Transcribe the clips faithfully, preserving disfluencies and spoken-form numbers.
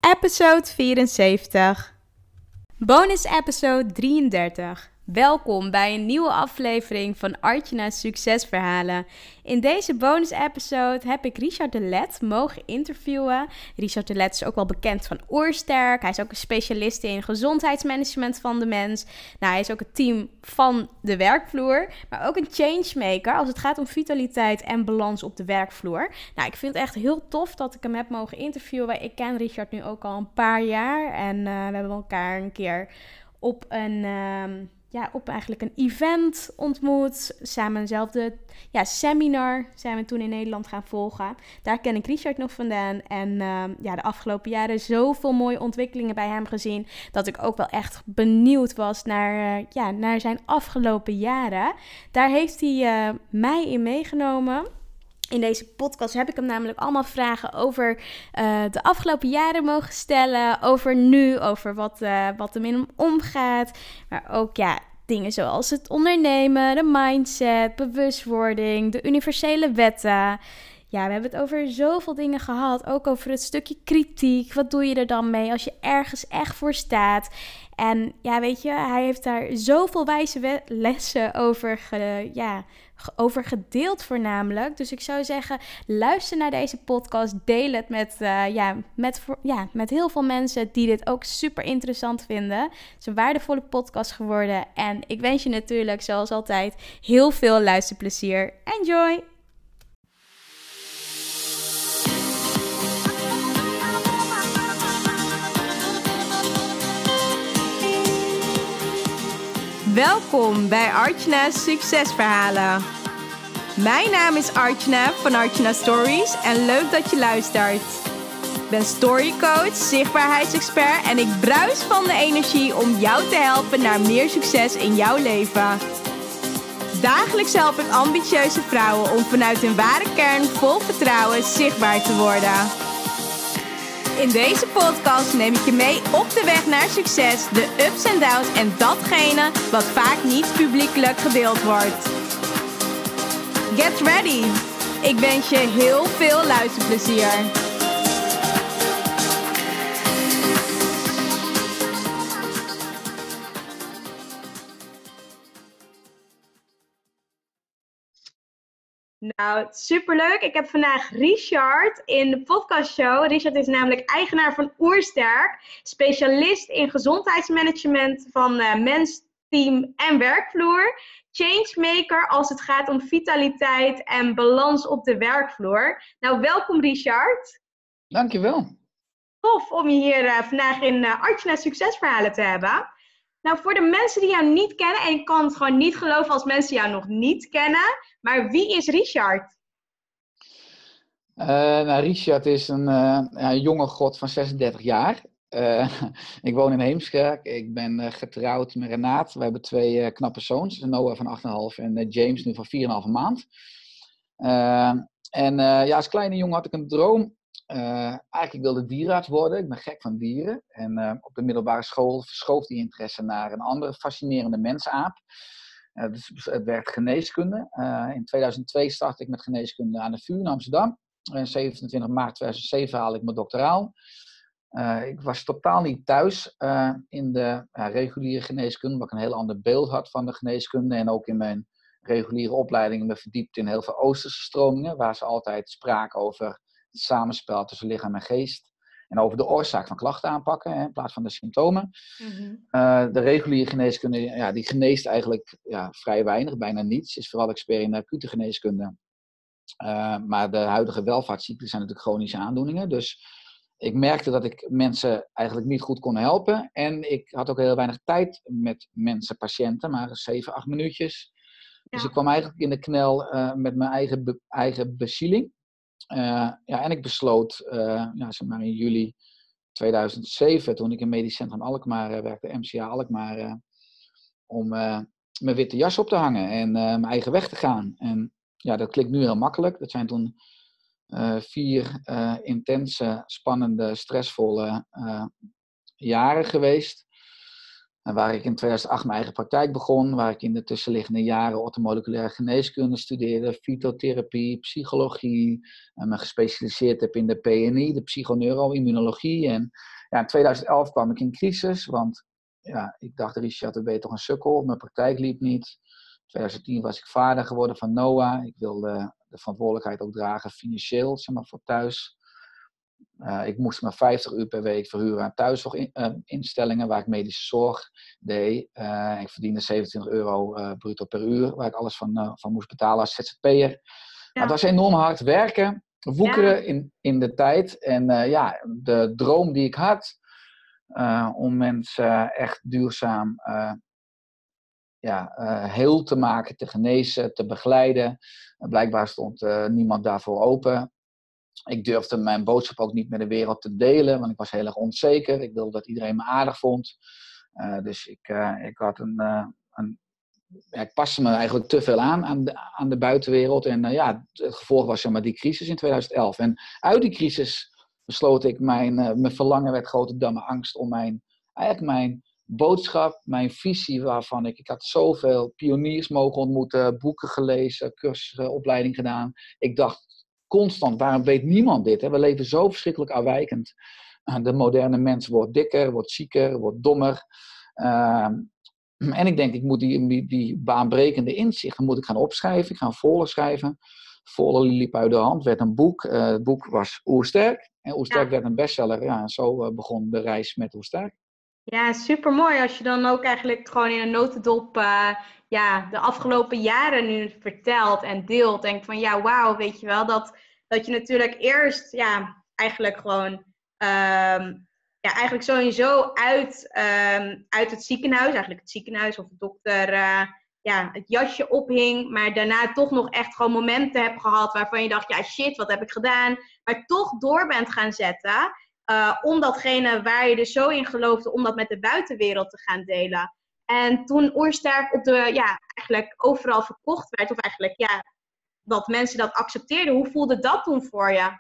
Episode vierenzeventig. Bonus episode drieëndertig. Welkom bij een nieuwe aflevering van Artjana's Succesverhalen. In deze bonus episode heb ik Richard de Let mogen interviewen. Richard de Let is ook wel bekend van Oersterk. Hij is ook een specialist in gezondheidsmanagement van de mens. Nou, hij is ook het team van de werkvloer, maar ook een changemaker als het gaat om vitaliteit en balans op de werkvloer. Nou, ik vind het echt heel tof dat ik hem heb mogen interviewen. Ik ken Richard nu ook al een paar jaar en uh, we hebben elkaar een keer op een... Uh, Ja, op eigenlijk een event ontmoet. Samen eenzelfde ja, seminar zijn we toen in Nederland gaan volgen. Daar ken ik Richard nog vandaan. En uh, ja, de afgelopen jaren zoveel mooie ontwikkelingen bij hem gezien, dat ik ook wel echt benieuwd was naar, uh, ja, naar zijn afgelopen jaren. Daar heeft hij uh, mij in meegenomen. In deze podcast heb ik hem namelijk allemaal vragen over uh, de afgelopen jaren mogen stellen. Over nu, over wat, uh, wat hem in hem omgaat. Maar ook ja, dingen zoals het ondernemen, de mindset, bewustwording, de universele wetten. Ja, we hebben het over zoveel dingen gehad. Ook over het stukje kritiek. Wat doe je er dan mee als je ergens echt voor staat? En ja, weet je, hij heeft daar zoveel wijze we- lessen over, ge- ja, over gedeeld voornamelijk. Dus ik zou zeggen, luister naar deze podcast. Deel het met, uh, ja, met, ja, met heel veel mensen die dit ook super interessant vinden. Het is een waardevolle podcast geworden. En ik wens je natuurlijk, zoals altijd, heel veel luisterplezier. Enjoy! Welkom bij Artjana's Succesverhalen. Mijn naam is Artjana van Artjana Stories en leuk dat je luistert. Ik ben storycoach, zichtbaarheidsexpert en ik bruis van de energie om jou te helpen naar meer succes in jouw leven. Dagelijks help ik ambitieuze vrouwen om vanuit hun ware kern vol vertrouwen zichtbaar te worden. In deze podcast neem ik je mee op de weg naar succes, de ups en downs en datgene wat vaak niet publiekelijk gedeeld wordt. Get ready! Ik wens je heel veel luisterplezier. Nou, superleuk. Ik heb vandaag Richard in de podcastshow. Richard is namelijk eigenaar van Oersterk, specialist in gezondheidsmanagement van uh, mens, team en werkvloer. Changemaker als het gaat om vitaliteit en balans op de werkvloer. Nou, welkom Richard. Dankjewel. Tof om je hier uh, vandaag in uh, Artjana's Succesverhalen te hebben. Nou, voor de mensen die jou niet kennen, en ik kan het gewoon niet geloven als mensen jou nog niet kennen, maar wie is Richard? Uh, nou, Richard is een uh, ja, jonge god van zesendertig jaar. Uh, ik woon in Heemskerk. Ik ben uh, getrouwd met Renate. We hebben twee uh, knappe zoons. Noah van acht komma vijf en uh, James nu van vier komma vijf maand. Uh, en uh, ja, als kleine jongen had ik een droom. Uh, eigenlijk wilde ik dierenarts worden. Ik ben gek van dieren. En uh, op de middelbare school verschoof die interesse naar een andere fascinerende mensaap. Uh, dus het werd geneeskunde. Uh, in tweeduizend twee startte ik met geneeskunde aan de V U in Amsterdam. En zevenentwintig maart tweeduizend zeven haalde ik mijn doctoraal. Uh, ik was totaal niet thuis uh, in de uh, reguliere geneeskunde, omdat ik een heel ander beeld had van de geneeskunde. En ook in mijn reguliere opleiding me verdiept in heel veel Oosterse stromingen, waar ze altijd spraken over het samenspel tussen lichaam en geest. En over de oorzaak van klachten aanpakken, hè, in plaats van de symptomen. Mm-hmm. Uh, de reguliere geneeskunde, ja, die geneest eigenlijk ja, vrij weinig, bijna niets. Is vooral expert in de acute geneeskunde. Uh, maar de huidige welvaartsziekten zijn natuurlijk chronische aandoeningen. Dus ik merkte dat ik mensen eigenlijk niet goed kon helpen. En ik had ook heel weinig tijd met mensen, patiënten, maar zeven, acht minuutjes. Ja. Dus ik kwam eigenlijk in de knel uh, met mijn eigen, be- eigen bezieling. Uh, ja, en ik besloot, uh, ja, zeg maar in juli tweeduizend zeven, toen ik in Medisch Centrum Alkmaar uh, werkte, M C A Alkmaar, uh, om uh, mijn witte jas op te hangen en uh, mijn eigen weg te gaan. En ja, dat klinkt nu heel makkelijk. Dat zijn toen uh, vier uh, intense, spannende, stressvolle uh, jaren geweest. waar ik in tweeduizend acht mijn eigen praktijk begon, waar ik in de tussenliggende jaren orthomoleculaire geneeskunde studeerde, fytotherapie, psychologie, en me gespecialiseerd heb in de P N I, de psychoneuroimmunologie. En ja, in tweeduizend elf kwam ik in crisis, want ja, ik dacht, Richard, dan ben je toch een sukkel, mijn praktijk liep niet. In tweeduizend tien was ik vader geworden van Noah. Ik wilde de verantwoordelijkheid ook dragen financieel, zeg maar, voor thuis. Uh, ik moest maar vijftig uur per week verhuren aan thuiszorginstellingen waar ik medische zorg deed. Uh, ik verdiende zevenentwintig euro uh, bruto per uur, waar ik alles van, uh, van moest betalen als Z Z P'er. Ja. Maar het was enorm hard werken, woekeren ja. in, in de tijd. En uh, ja, de droom die ik had uh, om mensen uh, echt duurzaam uh, ja, uh, heel te maken, te genezen, te begeleiden. Uh, blijkbaar stond uh, niemand daarvoor open. Ik durfde mijn boodschap ook niet met de wereld te delen, want ik was heel erg onzeker. Ik wilde dat iedereen me aardig vond. Uh, dus ik, uh, ik had een, uh, een ja, ik paste me eigenlijk te veel aan aan de, aan de buitenwereld. En uh, ja, het gevolg was zeg maar die crisis in tweeduizend elf. En uit die crisis besloot ik, mijn, uh, mijn verlangen werd groter dan mijn angst om mijn, eigenlijk mijn boodschap, mijn visie waarvan ik, ik had zoveel pioniers mogen ontmoeten, boeken gelezen, cursussen, opleiding gedaan. Ik dacht constant, waarom weet niemand dit? Hè? We leven zo verschrikkelijk afwijkend. Uh, de moderne mens wordt dikker, wordt zieker, wordt dommer. Uh, en ik denk, ik moet die, die, die baanbrekende inzichten moet ik gaan opschrijven. Ik ga een voorlees schrijven. Volle liep uit de hand, werd een boek. Uh, het boek was Oersterk. En Oersterk ja. werd een bestseller. Ja, en zo uh, begon de reis met Oersterk. Ja, supermooi als je dan ook eigenlijk gewoon in een notendop uh, ja, de afgelopen jaren nu vertelt en deelt. Denk van ja, wauw, weet je wel, dat, dat je natuurlijk eerst ja, eigenlijk gewoon um, ja, eigenlijk sowieso uit, um, uit het ziekenhuis, eigenlijk het ziekenhuis of de dokter, uh, ja, het jasje ophing, maar daarna toch nog echt gewoon momenten hebt gehad waarvan je dacht, ja shit, wat heb ik gedaan? Maar toch door bent gaan zetten. Uh, om datgene waar je dus zo in geloofde, om dat met de buitenwereld te gaan delen. En toen Oersterk op de, ja, eigenlijk overal verkocht werd, of eigenlijk, ja, dat mensen dat accepteerden, hoe voelde dat toen voor je?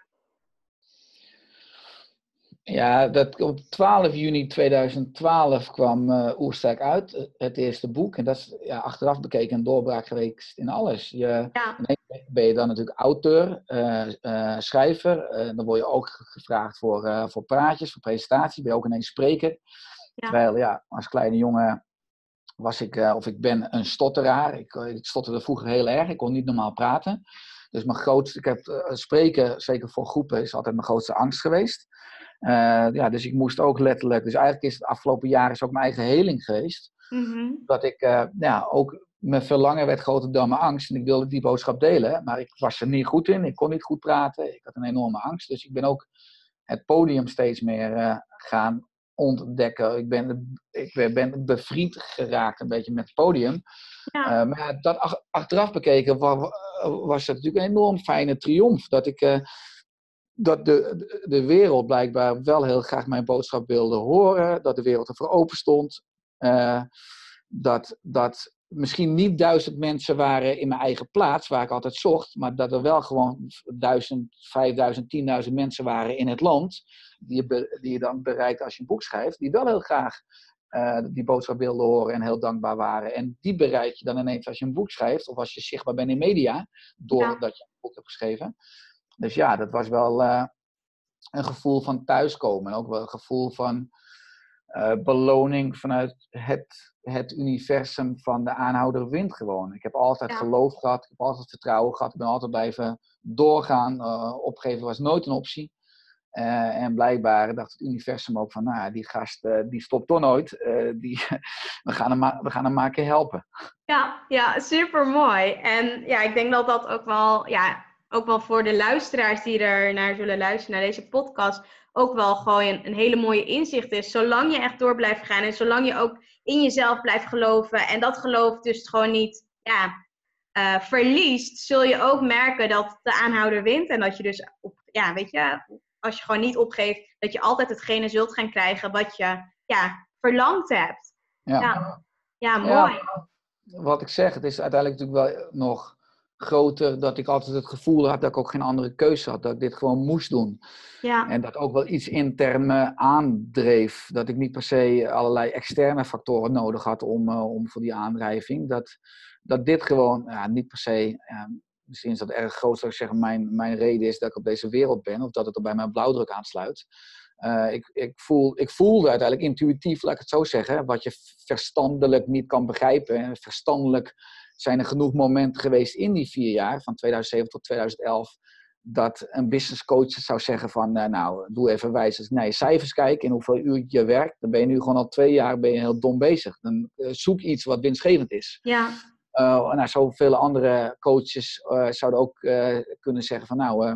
Ja, dat, op twaalf juni tweeduizend twaalf kwam uh, Oersterk uit, het eerste boek. En dat is ja, achteraf bekeken een doorbraak geweest in alles. Je, ja. Ben je dan natuurlijk auteur, uh, uh, schrijver. Uh, dan word je ook gevraagd voor, uh, voor praatjes, voor presentaties. Ben je ook ineens spreker. Ja. Terwijl, ja, als kleine jongen was ik, uh, of ik ben een stotteraar. Ik, ik stotterde vroeger heel erg. Ik kon niet normaal praten. Dus mijn grootste, ik heb uh, spreken, zeker voor groepen, is altijd mijn grootste angst geweest. Uh, ja, dus ik moest ook letterlijk, dus eigenlijk is het afgelopen jaar is ook mijn eigen heling geweest. Mm-hmm. Dat ik uh, ja, ook, mijn verlangen werd groter dan mijn angst en ik wilde die boodschap delen, maar ik was er niet goed in, ik kon niet goed praten, ik had een enorme angst. Dus ik ben ook het podium steeds meer uh, gaan ontdekken. Ik ben, ik ben bevriend geraakt een beetje met het podium. Ja. Uh, maar dat ach, achteraf bekeken was, was dat natuurlijk een enorm fijne triomf, dat ik... Uh, dat de, de wereld blijkbaar wel heel graag mijn boodschap wilde horen. Dat de wereld ervoor open stond. Uh, dat, dat misschien niet duizend mensen waren in mijn eigen plaats, waar ik altijd zocht. Maar dat er wel gewoon duizend, vijfduizend, tienduizend mensen waren in het land. Die je, die je dan bereikt als je een boek schrijft. Die wel heel graag uh, die boodschap wilden horen en heel dankbaar waren. En die bereik je dan ineens als je een boek schrijft. Of als je zichtbaar bent in media. Doordat ja. je een boek hebt geschreven. Dus ja, dat was wel uh, een gevoel van thuiskomen. En ook wel een gevoel van uh, beloning vanuit het, het universum van de aanhouder wind gewoon. Ik heb altijd ja. geloof gehad, ik heb altijd vertrouwen gehad. Ik ben altijd blijven doorgaan. Uh, opgeven was nooit een optie. Uh, en blijkbaar dacht het universum ook van, nou, die gast uh, die stopt toch nooit. Uh, die, we, gaan hem ma- we gaan hem maar een keer helpen. Ja, ja, super mooi. En ja, ik denk dat dat ook wel... Ja, ook wel voor de luisteraars die er naar zullen luisteren, naar deze podcast, ook wel gewoon een, een hele mooie inzicht is. Zolang je echt door blijft gaan en zolang je ook in jezelf blijft geloven en dat geloof dus gewoon niet ja, uh, verliest, zul je ook merken dat de aanhouder wint. En dat je dus, op, ja, weet je, als je gewoon niet opgeeft, dat je altijd hetgene zult gaan krijgen wat je ja, verlangd hebt. Ja, ja. ja mooi. Ja, wat ik zeg, het is uiteindelijk natuurlijk wel nog groter dat ik altijd het gevoel had dat ik ook geen andere keuze had. Dat ik dit gewoon moest doen. Ja. En dat ook wel iets intern me aandreef. Dat ik niet per se allerlei externe factoren nodig had om, uh, om voor die aandrijving. Dat, dat dit gewoon, ja, niet per se, ja, misschien is dat erg groot dat ik zeg, mijn, mijn reden is dat ik op deze wereld ben. Of dat het er bij mijn blauwdruk aansluit. Uh, ik, ik, voel, ik voelde uiteindelijk intuïtief, laat ik het zo zeggen, wat je verstandelijk niet kan begrijpen. Verstandelijk zijn er genoeg momenten geweest in die vier jaar, van tweeduizend zeven tot tweeduizend elf, dat een business coach zou zeggen van, uh, nou, doe even wijs als naar je cijfers kijken en hoeveel uur je werkt. Dan ben je nu gewoon al twee jaar ben je heel dom bezig. Dan uh, zoek iets wat winstgevend is. Ja. Uh, nou, zoveel andere coaches uh, zouden ook uh, kunnen zeggen van, nou, uh,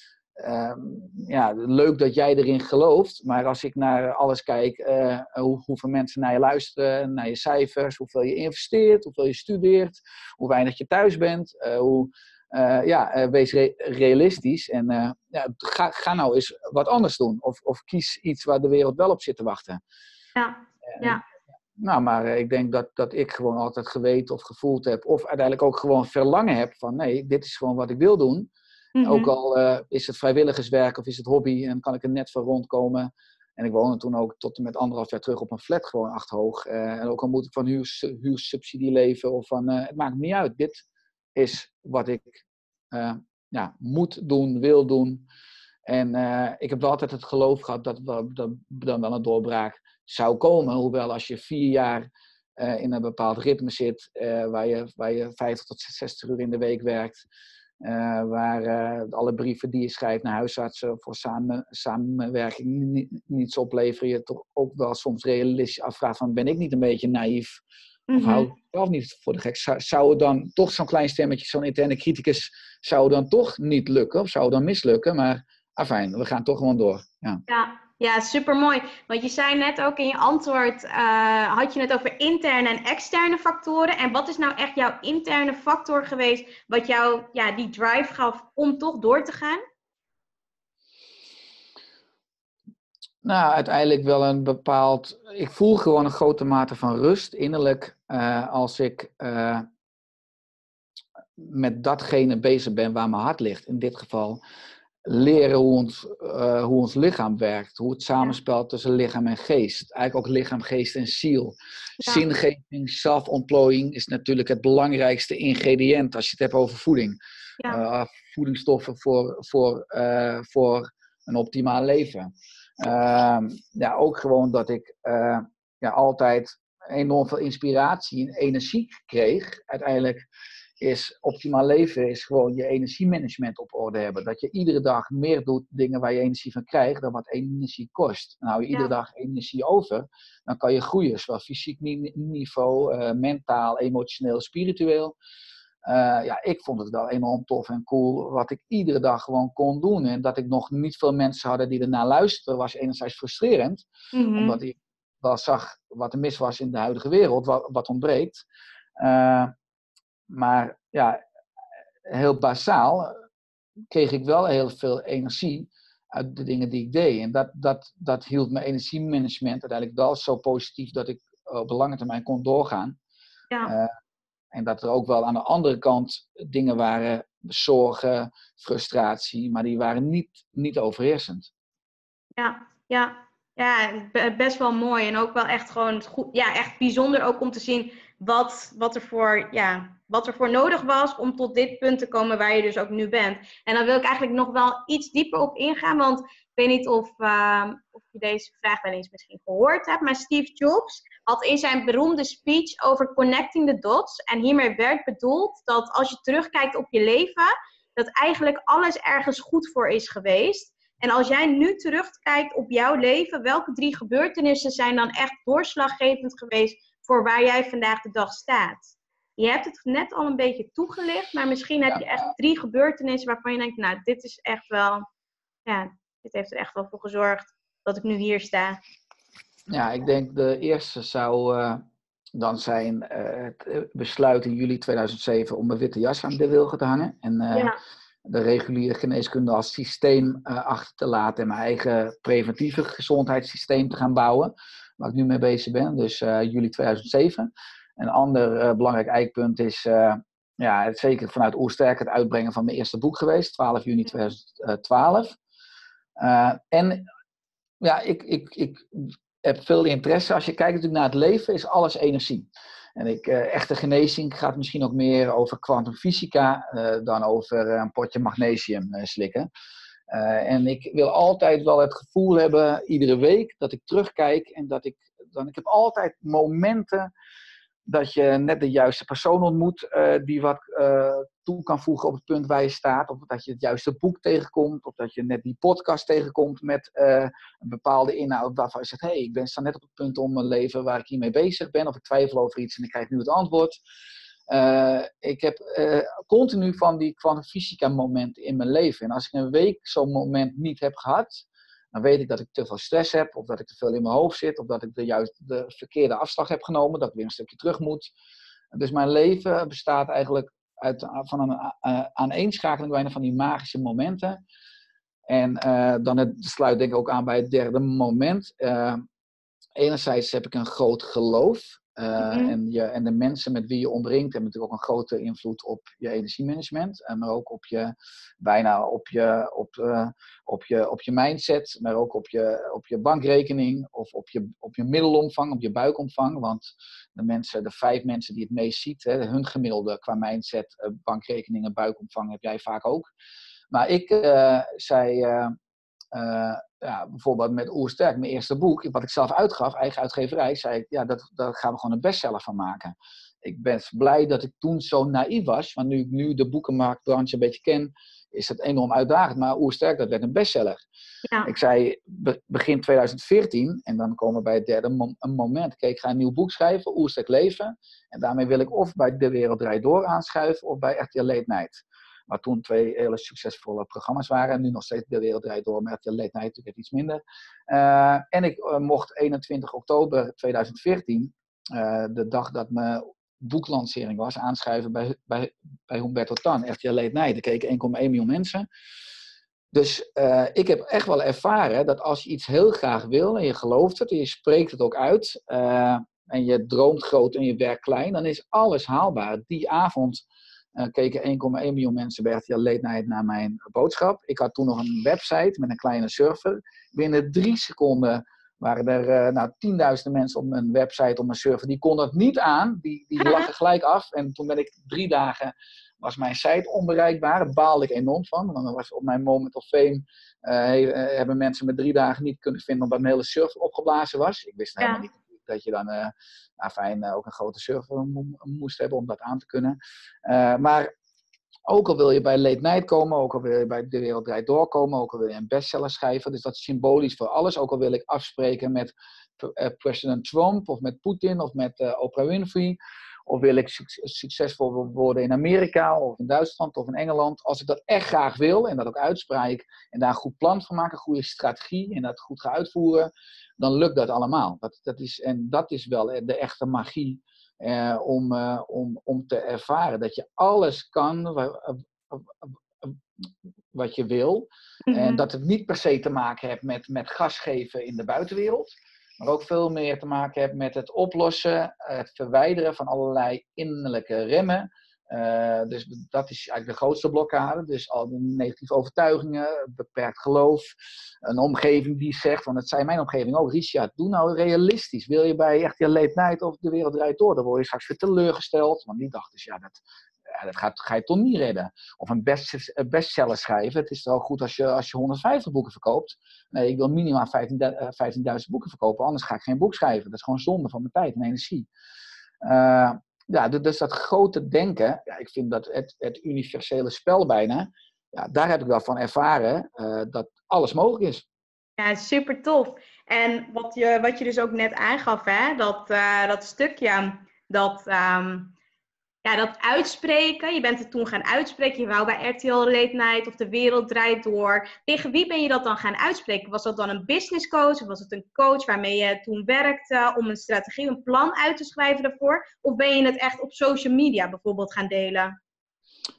uh, ja, leuk dat jij erin gelooft, maar als ik naar alles kijk, uh, hoe, hoeveel mensen naar je luisteren, naar je cijfers, hoeveel je investeert, hoeveel je studeert, hoe weinig je thuis bent, uh, hoe... Uh, ja, uh, wees re- realistisch en uh, ja, ga, ga nou eens wat anders doen. Of, of kies iets waar de wereld wel op zit te wachten. Ja, ja. Uh, nou, maar uh, ik denk dat, dat ik gewoon altijd geweten of gevoeld heb, of uiteindelijk ook gewoon verlangen heb van nee, dit is gewoon wat ik wil doen. Mm-hmm. Ook al uh, is het vrijwilligerswerk of is het hobby en kan ik er net van rondkomen. En ik woonde toen ook tot en met anderhalf jaar terug op een flat gewoon achthoog. Uh, en ook al moet ik van huur, huursubsidie leven of van, uh, het maakt me niet uit. Dit is wat ik uh, ja, moet doen, wil doen. En uh, ik heb altijd het geloof gehad dat we dat, dan wel een doorbraak zou komen. Hoewel als je vier jaar uh, in een bepaald ritme zit, uh, waar, je, waar je vijftig tot zestig uur in de week werkt, uh, waar uh, alle brieven die je schrijft naar huisartsen voor samen, samenwerking niet, niets opleveren, je toch ook wel soms realistisch afvraagt van, ben ik niet een beetje naïef? Of mm-hmm. hou ik zelf niet voor de gek? Zou, zou het dan toch zo'n klein stemmetje, zo'n interne criticus, zou dan toch niet lukken? Of zou dan mislukken? Maar afijn, we gaan toch gewoon door. Ja, ja, ja, supermooi. Want je zei net ook in je antwoord, uh, had je het over interne en externe factoren. En wat is nou echt jouw interne factor geweest, wat jou ja, die drive gaf om toch door te gaan? Nou, uiteindelijk wel een bepaald... Ik voel gewoon een grote mate van rust innerlijk uh, als ik uh, met datgene bezig ben waar mijn hart ligt. In dit geval leren hoe ons, uh, hoe ons lichaam werkt. Hoe het samenspel ja. tussen lichaam en geest. Eigenlijk ook lichaam, geest en ziel. Ja. Zingeving, zelfontplooiing is natuurlijk het belangrijkste ingrediënt als je het hebt over voeding. Ja. Uh, voedingsstoffen voor, voor, uh, voor een optimaal leven. Uh, ja, ook gewoon dat ik uh, ja, altijd enorm veel inspiratie en energie kreeg. Uiteindelijk is optimaal leven is gewoon je energiemanagement op orde hebben. Dat je iedere dag meer doet dingen waar je energie van krijgt dan wat energie kost. En hou je iedere ja. dag energie over, dan kan je groeien. Zowel fysiek niveau, uh, mentaal, emotioneel, spiritueel. Uh, ja, ik vond het wel enorm tof en cool wat ik iedere dag gewoon kon doen. En dat ik nog niet veel mensen hadden die ernaar luisterden, was enerzijds frustrerend. Mm-hmm. Omdat ik wel zag wat er mis was in de huidige wereld, wat, wat ontbreekt. Uh, maar ja, heel basaal kreeg ik wel heel veel energie uit de dingen die ik deed. En dat, dat, dat hield mijn energiemanagement uiteindelijk wel zo positief dat ik op de lange termijn kon doorgaan. Ja. Uh, En dat er ook wel aan de andere kant dingen waren, zorgen, frustratie, maar die waren niet, niet overheersend. Ja, ja, ja, best wel mooi. En ook wel echt gewoon goed, ja, echt bijzonder ook om te zien wat, wat, er voor, ja, wat er voor nodig was om tot dit punt te komen waar je dus ook nu bent. En dan wil ik eigenlijk nog wel iets dieper op ingaan, want ik weet niet of, uh, of je deze vraag wel eens misschien gehoord hebt, maar Steve Jobs had in zijn beroemde speech over connecting the dots, en hiermee werd bedoeld dat als je terugkijkt op je leven, dat eigenlijk alles ergens goed voor is geweest. En als jij nu terugkijkt op jouw leven, welke drie gebeurtenissen zijn dan echt doorslaggevend geweest voor waar jij vandaag de dag staat? Je hebt het net al een beetje toegelicht, maar misschien heb je echt drie gebeurtenissen waarvan je denkt, nou, dit is echt wel, ja, dit heeft er echt wel voor gezorgd dat ik nu hier sta. Ja, ik denk de eerste zou uh, dan zijn uh, het besluit in juli tweeduizend zeven om mijn witte jas aan de wilgen te hangen. En uh, ja. de reguliere geneeskunde als systeem uh, achter te laten en mijn eigen preventieve gezondheidssysteem te gaan bouwen. Waar ik nu mee bezig ben, dus uh, juli tweeduizend zeven. Een ander uh, belangrijk eikpunt is uh, Ja, het is zeker vanuit Oersterk het uitbrengen van mijn eerste boek geweest, twaalf juni tweeduizend twaalf. Uh, en ja, ik, ik, ik heb veel interesse. Als je kijkt natuurlijk naar het leven, is alles energie. En ik, uh, echte genezing gaat misschien ook meer over kwantumfysica uh, dan over een potje magnesium uh, slikken. Uh, en ik wil altijd wel het gevoel hebben, iedere week, dat ik terugkijk en dat ik, dan, ik heb altijd momenten dat je net de juiste persoon ontmoet uh, die wat uh, toe kan voegen op het punt waar je staat. Of dat je het juiste boek tegenkomt. Of dat je net die podcast tegenkomt met uh, een bepaalde inhoud waarvan je zegt, hé, hey, ik ben sta net op het punt om mijn leven waar ik hiermee bezig ben. Of ik twijfel over iets en ik krijg nu het antwoord. Uh, ik heb uh, continu van die kwantumfysica momenten in mijn leven. En als ik een week zo'n moment niet heb gehad, dan weet ik dat ik te veel stress heb, of dat ik te veel in mijn hoofd zit, of dat ik de, juist de verkeerde afslag heb genomen, dat ik weer een stukje terug moet. Dus mijn leven bestaat eigenlijk uit, van een uh, aaneenschakeling bijna van die magische momenten. En uh, dan het, sluit denk ik ook aan bij het derde moment. Uh, enerzijds heb ik een groot geloof. Uh, mm-hmm. en, je, en de mensen met wie je omringt hebben natuurlijk ook een grote invloed op je energiemanagement. Uh, maar ook op je, bijna op je, op, uh, op je, op je mindset. Maar ook op je, op je bankrekening. Of op je, op je middelomvang, op je buikomvang. Want de mensen, de vijf mensen die het meest ziet, hè, hun gemiddelde qua mindset, uh, bankrekening en buikomvang heb jij vaak ook. Maar ik uh, zei... Uh, Uh, ja, bijvoorbeeld met Oersterk, mijn eerste boek, wat ik zelf uitgaf, eigen uitgeverij, zei ik, ja, dat, daar gaan we gewoon een bestseller van maken. Ik ben blij dat ik toen zo naïef was, want nu ik nu de boekenmarktbranche een beetje ken, is het enorm uitdagend, maar Oersterk, dat werd een bestseller. Ja. Ik zei, be, begin tweeduizend veertien, en dan komen we bij het derde mo- een moment, kijk, ik ga een nieuw boek schrijven, Oersterk Leven, en daarmee wil ik of bij De Wereld Draait Door aanschuiven, of bij R T L Late Night. Waar toen twee hele succesvolle programma's waren. En nu nog steeds De Wereld Draait Door, maar R T L Late Night natuurlijk iets minder. Uh, en ik uh, mocht eenentwintig oktober tweeduizend veertien, uh, de dag dat mijn boeklancering was, aanschuiven bij, bij, bij Humberto Tan, R T L Late Night. Er keken één komma één miljoen mensen. Dus uh, ik heb echt wel ervaren dat als je iets heel graag wil en je gelooft het en je spreekt het ook uit uh, en je droomt groot en je werkt klein, dan is alles haalbaar. Die avond Uh, keken één komma één miljoen mensen bij R T L Late Night naar mijn boodschap. Ik had toen nog een website met een kleine server. Binnen drie seconden waren er uh, nou, tienduizenden mensen op mijn website, op mijn server. Die konden het niet aan. Die, die lachen gelijk af. En toen ben ik drie dagen, was mijn site onbereikbaar. Daar baalde ik enorm van. Want dan was op mijn Moment of Fame, uh, hebben mensen me drie dagen niet kunnen vinden omdat mijn hele server opgeblazen was. Ik wist helemaal ja. niet dat je dan uh, nou fijn, uh, ook een grote server mo- moest hebben om dat aan te kunnen. Uh, maar ook al wil je bij Late Night komen, ook al wil je bij De Wereld Draait Door komen, ook al wil je een bestseller schrijven, dus dat is symbolisch voor alles. Ook al wil ik afspreken met uh, president Trump of met Poetin of met uh, Oprah Winfrey. Of wil ik su- succesvol worden in Amerika of in Duitsland of in Engeland. Als ik dat echt graag wil en dat ook uitspreek en daar een goed plan van maak, een goede strategie en dat goed ga uitvoeren, dan lukt dat allemaal. Dat, dat is, en dat is wel de echte magie eh, om, uh, om, om te ervaren. Dat je alles kan wat, wat je wil. Mm-hmm. En dat het niet per se te maken heeft met, met gas geven in de buitenwereld. Maar ook veel meer te maken heeft met het oplossen, het verwijderen van allerlei innerlijke remmen. Uh, dus dat is eigenlijk de grootste blokkade. Dus al die negatieve overtuigingen, beperkt geloof, een omgeving die zegt, want het zei mijn omgeving ook, Richard, doe nou realistisch. Wil je bij echt je Late Night of De Wereld Draait Door, dan word je straks weer teleurgesteld. Want die dachten, dus, ja, dat, ja, dat gaat, ga je toch niet redden. Of een, best, een bestseller schrijven. Het is toch goed als je, als je honderdvijftig boeken verkoopt. Nee, ik wil minimaal vijftienduizend boeken verkopen, anders ga ik geen boek schrijven. Dat is gewoon zonde van mijn tijd en energie. Uh, Ja, dus dat grote denken, ja, ik vind dat het, het universele spel bijna, ja, daar heb ik wel van ervaren uh, dat alles mogelijk is. Ja, super tof. En wat je, wat je dus ook net aangaf, hè, dat, uh, dat stukje, dat, um, ja, dat uitspreken, je bent het toen gaan uitspreken, je wou bij R T L Late Night of De Wereld Draait Door. Tegen wie ben je dat dan gaan uitspreken? Was dat dan een business coach of was het een coach waarmee je toen werkte om een strategie, een plan uit te schrijven daarvoor? Of ben je het echt op social media bijvoorbeeld gaan delen?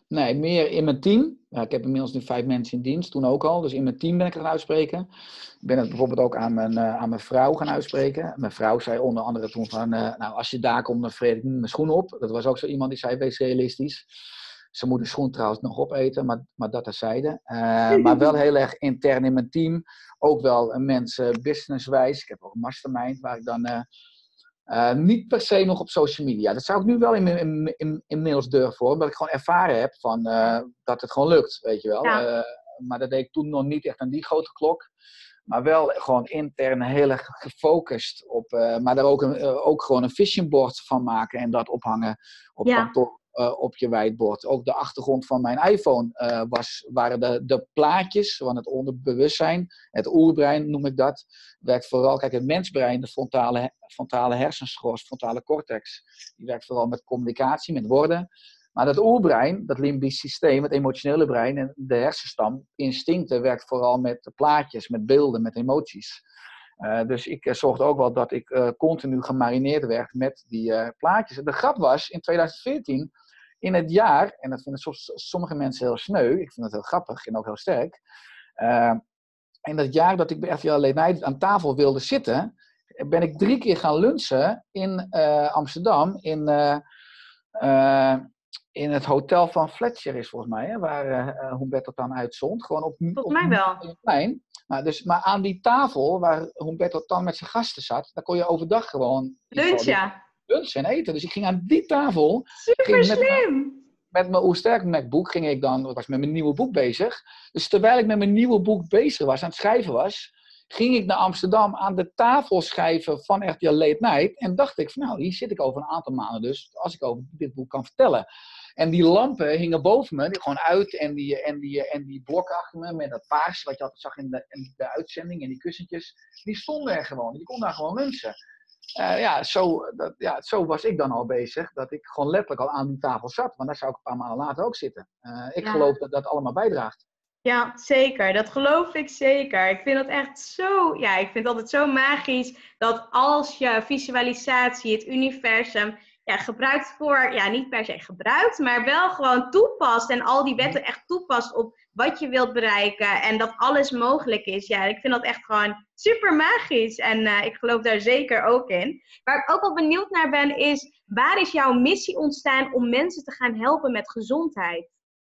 Nee, meer in mijn team. Ja, ik heb inmiddels nu vijf mensen in dienst, toen ook al. Dus in mijn team ben ik het gaan uitspreken. Ik ben het bijvoorbeeld ook aan mijn, uh, aan mijn vrouw gaan uitspreken. Mijn vrouw zei onder andere toen van, uh, nou als je daar komt, dan vreet ik niet mijn schoen op. Dat was ook zo iemand die zei, wees realistisch. Ze moet de schoen trouwens nog opeten, maar, maar dat terzijde. Uh, maar wel heel erg intern in mijn team. Ook wel mensen businesswijs. Ik heb ook een mastermind waar ik dan... Uh, Uh, niet per se nog op social media. Dat zou ik nu wel in, in, in, inmiddels durven voor. Omdat ik gewoon ervaren heb van, uh, dat het gewoon lukt. Weet je wel. Ja. Uh, maar dat deed ik toen nog niet echt aan die grote klok. Maar wel gewoon intern heel erg gefocust op. Uh, maar daar ook, een, uh, ook gewoon een vision board van maken. En dat ophangen op ja. kantoor. Uh, op je whiteboard. Ook de achtergrond van mijn iPhone uh, was, waren de, de plaatjes van het onderbewustzijn. Het oerbrein noem ik dat. Werkt vooral, kijk, het mensbrein, de frontale, frontale hersenschors, frontale cortex. Die werkt vooral met communicatie, met woorden. Maar dat oerbrein, dat limbisch systeem, het emotionele brein en de hersenstam, instincten, werkt vooral met plaatjes, met beelden, met emoties. Uh, dus ik uh, zorgde ook wel dat ik uh, continu gemarineerd werd met die uh, plaatjes. De grap was, in tweeduizend veertien, in het jaar, en dat vinden soms, sommige mensen heel sneu, ik vind dat heel grappig en ook heel sterk. Uh, in dat jaar dat ik bij R T L Late Night aan tafel wilde zitten, ben ik drie keer gaan lunchen in uh, Amsterdam, in, uh, uh, in het hotel van Fletcher is volgens mij, hè, waar uh, Humberto Tan uitzond. Gewoon op, volgens op, mij wel. Plein. Nou, dus, maar aan die tafel waar Humberto Tan met zijn gasten zat, daar kon je overdag gewoon lunchen. lunchen en eten. Dus ik ging aan die tafel. Super met slim! Met mijn Oersterk MacBook ging ik dan, was met mijn nieuwe boek bezig. Dus terwijl ik met mijn nieuwe boek bezig was, aan het schrijven was, ging ik naar Amsterdam aan de tafel schrijven van R T L Late Night. En dacht ik van nou, hier zit ik over een aantal maanden dus, als ik over dit boek kan vertellen. En die lampen hingen boven me, die gewoon uit. En die, en die, en die blok achter me met dat paars, wat je altijd zag in de, in de uitzending. En die kussentjes, die stonden er gewoon. Je kon daar gewoon lunchen. Uh, ja, zo, dat, ja, zo was ik dan al bezig. Dat ik gewoon letterlijk al aan die tafel zat. Want daar zou ik een paar maanden later ook zitten. Uh, ik ja. geloof dat dat allemaal bijdraagt. Ja, zeker. Dat geloof ik zeker. Ik vind dat echt zo... Ja, ik vind het altijd zo magisch dat als je visualisatie, het universum... Ja, gebruikt voor, ja, niet per se gebruikt, maar wel gewoon toepast. En al die wetten echt toepast op wat je wilt bereiken. En dat alles mogelijk is. Ja, ik vind dat echt gewoon super magisch. En uh, ik geloof daar zeker ook in. Waar ik ook wel benieuwd naar ben is, waar is jouw missie ontstaan om mensen te gaan helpen met gezondheid?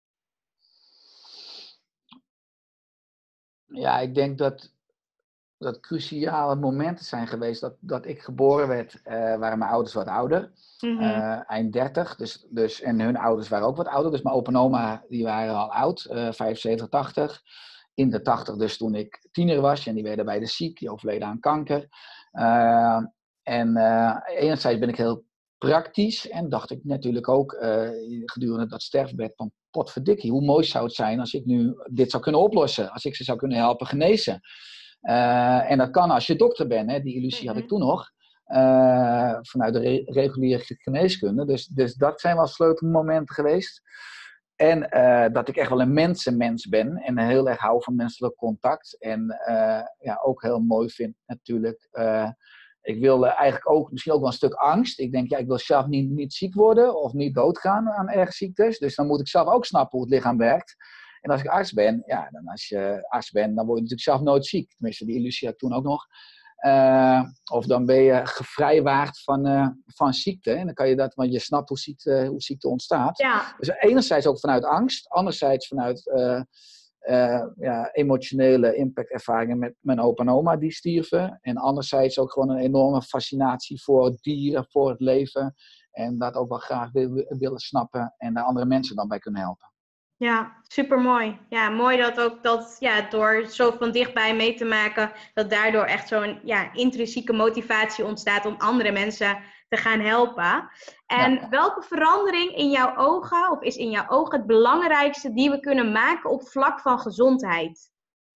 Ja, ik denk dat... dat cruciale momenten zijn geweest dat, dat ik geboren werd, uh, waren mijn ouders wat ouder. Mm-hmm. uh, eind dertig. Dus, dus, en hun ouders waren ook wat ouder. Dus mijn opa en oma die waren al oud, uh, vijfenzeventig, tachtig. In de tachtig dus toen ik tiener was. En die werden beide ziek, die overleden aan kanker. Uh, en uh, enerzijds ben ik heel praktisch. En dacht ik natuurlijk ook uh, gedurende dat sterfbed van potverdikkie. Hoe mooi zou het zijn als ik nu dit zou kunnen oplossen. Als ik ze zou kunnen helpen genezen. Uh, en dat kan als je dokter bent, hè? Die illusie had ik toen nog, uh, vanuit de re- reguliere geneeskunde. Dus, dus dat zijn wel sleutelmomenten geweest. En uh, dat ik echt wel een mensenmens ben en heel erg hou van menselijk contact. En uh, ja, ook heel mooi vind natuurlijk. Uh, ik wil eigenlijk ook, misschien ook wel een stuk angst. Ik denk, ja, ik wil zelf niet, niet ziek worden of niet doodgaan aan erge ziektes. Dus dan moet ik zelf ook snappen hoe het lichaam werkt. En als ik arts ben, ja, dan als je arts bent, dan word je natuurlijk zelf nooit ziek. Tenminste, die illusie had ik toen ook nog. Uh, of dan ben je gevrijwaard van, uh, van ziekte. En dan kan je dat, want je snapt hoe ziekte, hoe ziekte ontstaat. Ja. Dus enerzijds ook vanuit angst. Anderzijds vanuit uh, uh, ja, emotionele impactervaringen met mijn opa en oma die stierven. En anderzijds ook gewoon een enorme fascinatie voor dieren, voor het leven. En dat ook wel graag wil, willen snappen en daar andere mensen dan bij kunnen helpen. Ja, supermooi. Ja, mooi dat ook dat, ja, door zo van dichtbij mee te maken, dat daardoor echt zo'n ja, intrinsieke motivatie ontstaat om andere mensen te gaan helpen. En ja. Welke verandering in jouw ogen, of is in jouw ogen het belangrijkste die we kunnen maken op vlak van gezondheid?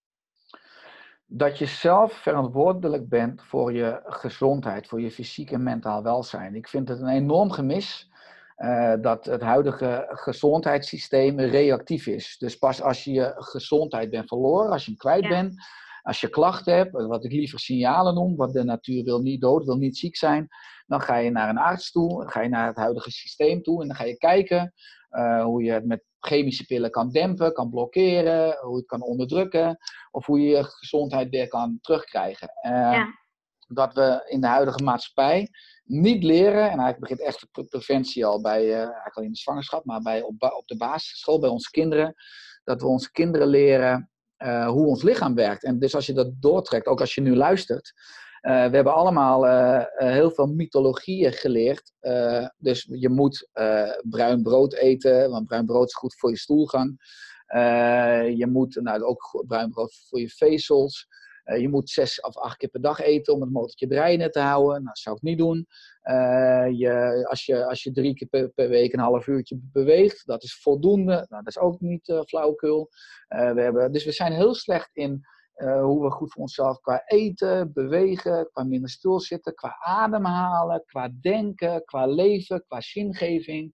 Dat je zelf verantwoordelijk bent voor je gezondheid, voor je fysiek en mentaal welzijn. Ik vind het een enorm gemis. Uh, dat het huidige gezondheidssysteem reactief is. Dus pas als je je gezondheid bent verloren, als je hem kwijt ja. bent, als je klachten hebt, wat ik liever signalen noem, want de natuur wil niet dood, wil niet ziek zijn, dan ga je naar een arts toe, dan ga je naar het huidige systeem toe en dan ga je kijken Uh, hoe je het met chemische pillen kan dempen, kan blokkeren, hoe je het kan onderdrukken. Of hoe je je gezondheid weer kan terugkrijgen. Uh, Ja. Dat we in de huidige maatschappij niet leren, en eigenlijk begint echt de preventie al bij, uh, eigenlijk al in de zwangerschap, maar bij, op, op de basisschool, bij onze kinderen, dat we onze kinderen leren uh, hoe ons lichaam werkt. En dus als je dat doortrekt, ook als je nu luistert, uh, we hebben allemaal uh, uh, heel veel mythologieën geleerd. Uh, dus je moet uh, bruin brood eten, want bruin brood is goed voor je stoelgang. Uh, je moet nou, ook bruin brood voor je vezels. Uh, je moet zes of acht keer per dag eten om het motortje draaiende te houden. Nou, dat zou ik niet doen. Uh, je, als, je, als je drie keer per, per week een half uurtje beweegt, dat is voldoende. Nou, dat is ook niet uh, flauwekul. Uh, we hebben, dus we zijn heel slecht in uh, hoe we goed voor onszelf qua eten, bewegen, qua minder stilzitten, qua ademhalen, qua denken, qua leven, qua zingeving.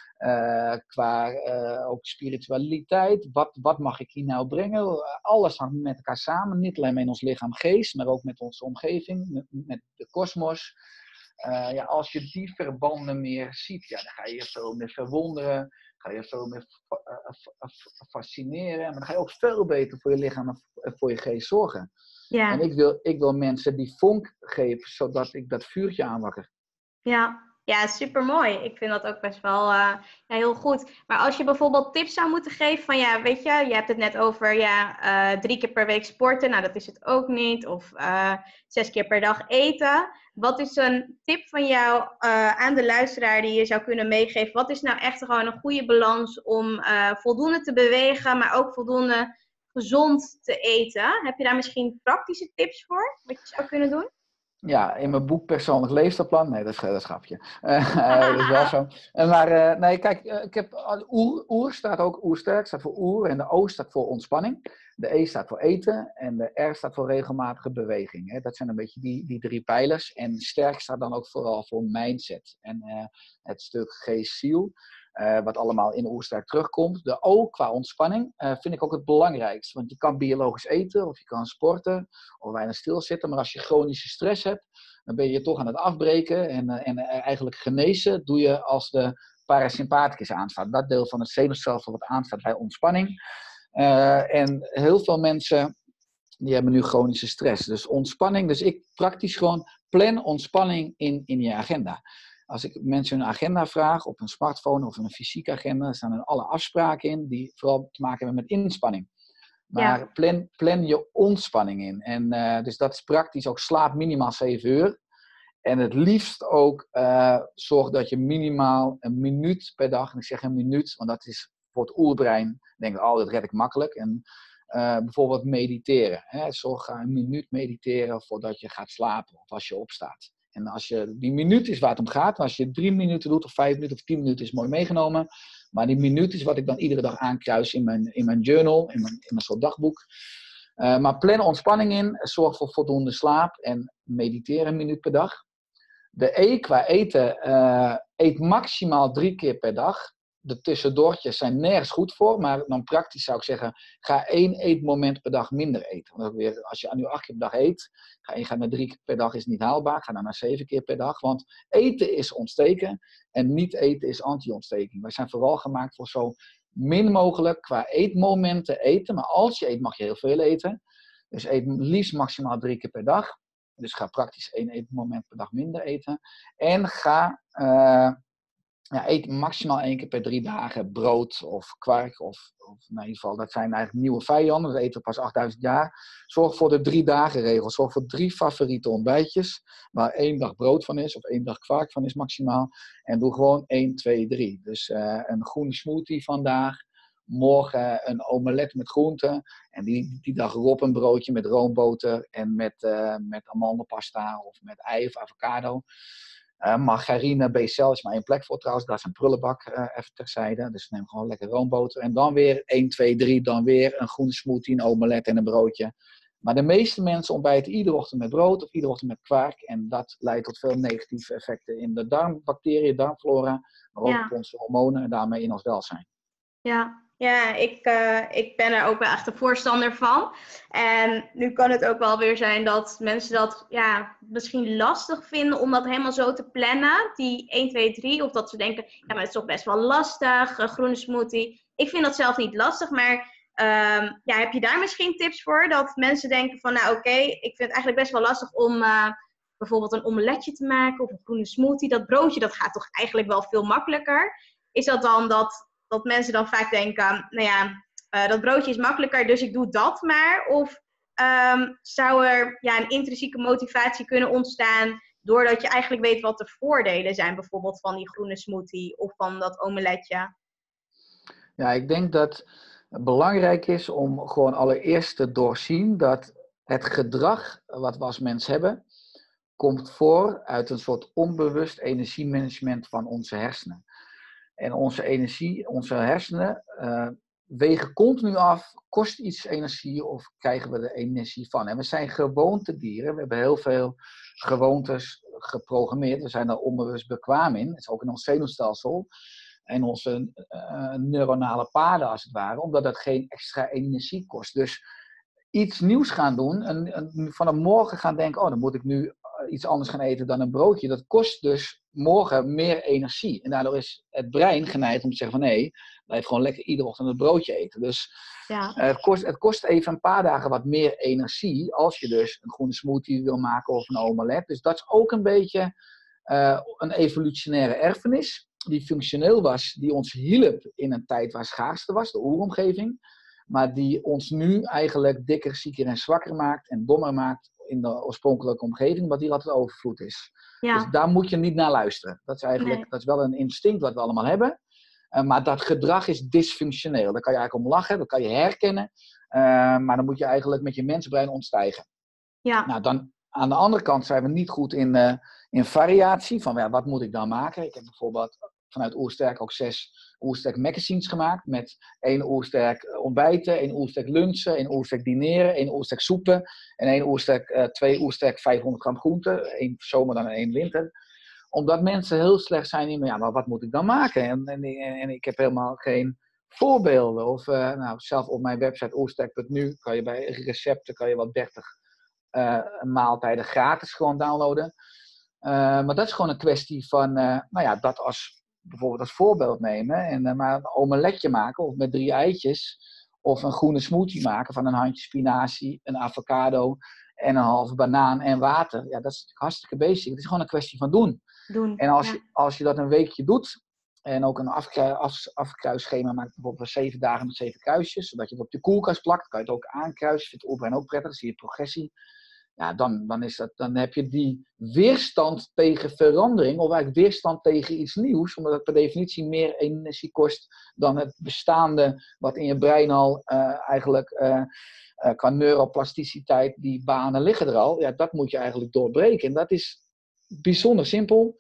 Uh, qua uh, ook spiritualiteit. Wat, wat mag ik hier nou brengen? Uh, alles hangt met elkaar samen. Niet alleen met ons lichaam, geest, maar ook met onze omgeving, met, met de kosmos. Uh, ja, als je die verbanden meer ziet, ja, dan ga je je veel meer verwonderen. Ga je veel meer fa- fascineren. Maar dan ga je ook veel beter voor je lichaam en voor je geest zorgen. Ja. En ik wil, ik wil mensen die vonk geven, zodat ik dat vuurtje aanwakker. Ja. Ja, supermooi. Ik vind dat ook best wel uh, ja, heel goed. Maar als je bijvoorbeeld tips zou moeten geven van, ja, weet je, je hebt het net over, ja, uh, drie keer per week sporten. Nou, dat is het ook niet. Of uh, zes keer per dag eten. Wat is een tip van jou uh, aan de luisteraar die je zou kunnen meegeven? Wat is nou echt gewoon een goede balans om uh, voldoende te bewegen, maar ook voldoende gezond te eten? Heb je daar misschien praktische tips voor, wat je zou kunnen doen? Ja, in mijn boek Persoonlijk Leefstijlplan. Nee, dat is, dat is grapje. Uh, uh, dat is wel zo. Uh, maar uh, nee, kijk, uh, ik heb, uh, oer, oer staat ook, oersterk staat voor oer. En de O staat voor ontspanning. De E staat voor eten. En de R staat voor regelmatige beweging. Hè. Dat zijn een beetje die, die drie pijlers. En sterk staat dan ook vooral voor mindset. En uh, het stuk geest-ziel. Uh, wat allemaal in oersterk terugkomt. De O qua ontspanning uh, vind ik ook het belangrijkste. Want je kan biologisch eten of je kan sporten of weinig stilzitten. Maar als je chronische stress hebt, dan ben je toch aan het afbreken. En, uh, en uh, eigenlijk genezen doe je als de parasympathicus aanstaat. Dat deel van het zenuwstelsel wat aanstaat bij ontspanning. Uh, en heel veel mensen die hebben nu chronische stress. Dus ontspanning. Dus ik praktisch gewoon plan ontspanning in, in je agenda. Als ik mensen hun agenda vraag, op een smartphone of een fysieke agenda, staan er alle afspraken in die vooral te maken hebben met inspanning. Maar ja. plan, plan je ontspanning in. En uh, dus dat is praktisch ook slaap minimaal zeven uur. En het liefst ook uh, zorg dat je minimaal een minuut per dag, en ik zeg een minuut, want dat is voor het oerbrein, denk ik, oh, dat red ik makkelijk. En uh, bijvoorbeeld mediteren. Hè? Zorg ga een minuut mediteren voordat je gaat slapen of als je opstaat. En als je, die minuut is waar het om gaat. Als je drie minuten doet, of vijf minuten, of tien minuten, is mooi meegenomen. Maar die minuut is wat ik dan iedere dag aankruis in mijn, in mijn journal, in mijn, in mijn soort dagboek. Uh, maar plan ontspanning in, zorg voor voldoende slaap en mediteer een minuut per dag. De E qua eten, uh, eet maximaal drie keer per dag. De tussendoortjes zijn nergens goed voor, maar dan praktisch zou ik zeggen, ga één eetmoment per dag minder eten. Want weer, als je nu acht keer per dag eet, ga je gaat naar drie keer per dag is niet haalbaar, ga dan naar zeven keer per dag. Want eten is ontsteken en niet eten is anti-ontsteking. Wij zijn vooral gemaakt voor zo min mogelijk qua eetmomenten eten, maar als je eet mag je heel veel eten. Dus eet liefst maximaal drie keer per dag. Dus ga praktisch één eetmoment per dag minder eten. En ga... Uh, Ja, eet maximaal één keer per drie dagen brood of kwark. Of, of in ieder geval, dat zijn eigenlijk nieuwe vijanden. We eten pas achtduizend jaar. Zorg voor de drie dagen regel. Zorg voor drie favoriete ontbijtjes. Waar één dag brood van is. Of één dag kwark van is maximaal. En doe gewoon één, twee, drie. Dus uh, een groene smoothie vandaag. Morgen een omelet met groenten. En die, die dag erop een broodje met roomboter. En met, uh, met amandelpasta of met ei of avocado. Uh, margarine, B C L is maar één plek voor trouwens. Dat is een prullenbak, uh, even terzijde. Dus neem gewoon lekker roomboter. En dan weer één, twee, drie. Dan weer een groene smoothie, een omelet en een broodje. Maar de meeste mensen ontbijten iedere ochtend met brood of iedere ochtend met kwark. En dat leidt tot veel negatieve effecten in de darmbacteriën, darmflora. Maar ook ja. op onze hormonen en daarmee in ons welzijn. Ja. Ja, ik, uh, ik ben er ook wel echt een voorstander van. En nu kan het ook wel weer zijn dat mensen dat ja, misschien lastig vinden om dat helemaal zo te plannen. Die één, twee, drie. Of dat ze denken, ja, maar het is toch best wel lastig, een groene smoothie. Ik vind dat zelf niet lastig, maar um, ja, heb je daar misschien tips voor? Dat mensen denken van, nou oké, okay, ik vind het eigenlijk best wel lastig om uh, bijvoorbeeld een omeletje te maken of een groene smoothie. Dat broodje, dat gaat toch eigenlijk wel veel makkelijker. Is dat dan dat... dat mensen dan vaak denken, nou ja, uh, dat broodje is makkelijker, dus ik doe dat maar. Of um, zou er ja, een intrinsieke motivatie kunnen ontstaan doordat je eigenlijk weet wat de voordelen zijn, bijvoorbeeld van die groene smoothie of van dat omeletje? Ja, ik denk dat het belangrijk is om gewoon allereerst te doorzien dat het gedrag wat we als mens hebben, komt voor uit een soort onbewust energiemanagement van onze hersenen. En onze energie, onze hersenen uh, wegen continu af, kost iets energie of krijgen we er energie van. En we zijn gewoontedieren, we hebben heel veel gewoontes geprogrammeerd, we zijn daar onbewust bekwaam in, dat is ook in ons zenuwstelsel en onze uh, neuronale paden als het ware, omdat dat geen extra energie kost. Dus iets nieuws gaan doen, en, en van morgen gaan denken, oh dan moet ik nu iets anders gaan eten dan een broodje. Dat kost dus morgen meer energie. En daardoor is het brein geneigd om te zeggen van nee, blijf gewoon lekker iedere ochtend een broodje eten. Dus ja. uh, het, kost, het kost even een paar dagen wat meer energie als je dus een groene smoothie wil maken of een omelet. Dus dat is ook een beetje uh, een evolutionaire erfenis die functioneel was, die ons hielp in een tijd waar schaarste was, de oeromgeving. Maar die ons nu eigenlijk dikker, zieker en zwakker maakt en dommer maakt in de oorspronkelijke omgeving, wat hier altijd overvloed is. Ja. Dus daar moet je niet naar luisteren. Dat is eigenlijk nee. dat is wel een instinct wat we allemaal hebben. Uh, maar dat gedrag is dysfunctioneel. Daar kan je eigenlijk om lachen, dat kan je herkennen. Uh, maar dan moet je eigenlijk met je mensenbrein ontstijgen. Ja. Nou, dan, aan de andere kant zijn we niet goed in, uh, in variatie. Van ja, wat moet ik dan maken? Ik heb bijvoorbeeld vanuit Oersterk ook zes Oersterk magazines gemaakt. Met één Oersterk ontbijten, één Oersterk lunchen, één Oersterk dineren, één Oersterk soepen. En één Oersterk, uh, twee Oersterk vijfhonderd gram groenten. Één zomer dan en één winter. Omdat mensen heel slecht zijn in, ja, maar wat moet ik dan maken? En, en, en ik heb helemaal geen voorbeelden. Of uh, nou, zelf op mijn website oersterk punt n u kan je bij recepten kan je wel dertig uh, maaltijden gratis gewoon downloaden. Uh, maar dat is gewoon een kwestie van, uh, nou ja, dat als bijvoorbeeld als voorbeeld nemen en uh, maar een omeletje maken of met drie eitjes of een groene smoothie maken van een handje spinazie, een avocado en een halve banaan en water. Ja, dat is natuurlijk hartstikke basic. Het is gewoon een kwestie van doen. doen en als, ja. je, als je dat een weekje doet en ook een afkru- af, afkruisschema maakt, bijvoorbeeld zeven dagen met zeven kruisjes, zodat je het op de koelkast plakt, kan je het ook aankruisen. Vindt de oerbrein ook prettig, dan zie je progressie. Ja, dan, dan, is dat, dan heb je die weerstand tegen verandering, of eigenlijk weerstand tegen iets nieuws, omdat het per definitie meer energie kost dan het bestaande, wat in je brein al uh, eigenlijk uh, uh, qua neuroplasticiteit, die banen liggen er al. Ja, dat moet je eigenlijk doorbreken. En dat is bijzonder simpel.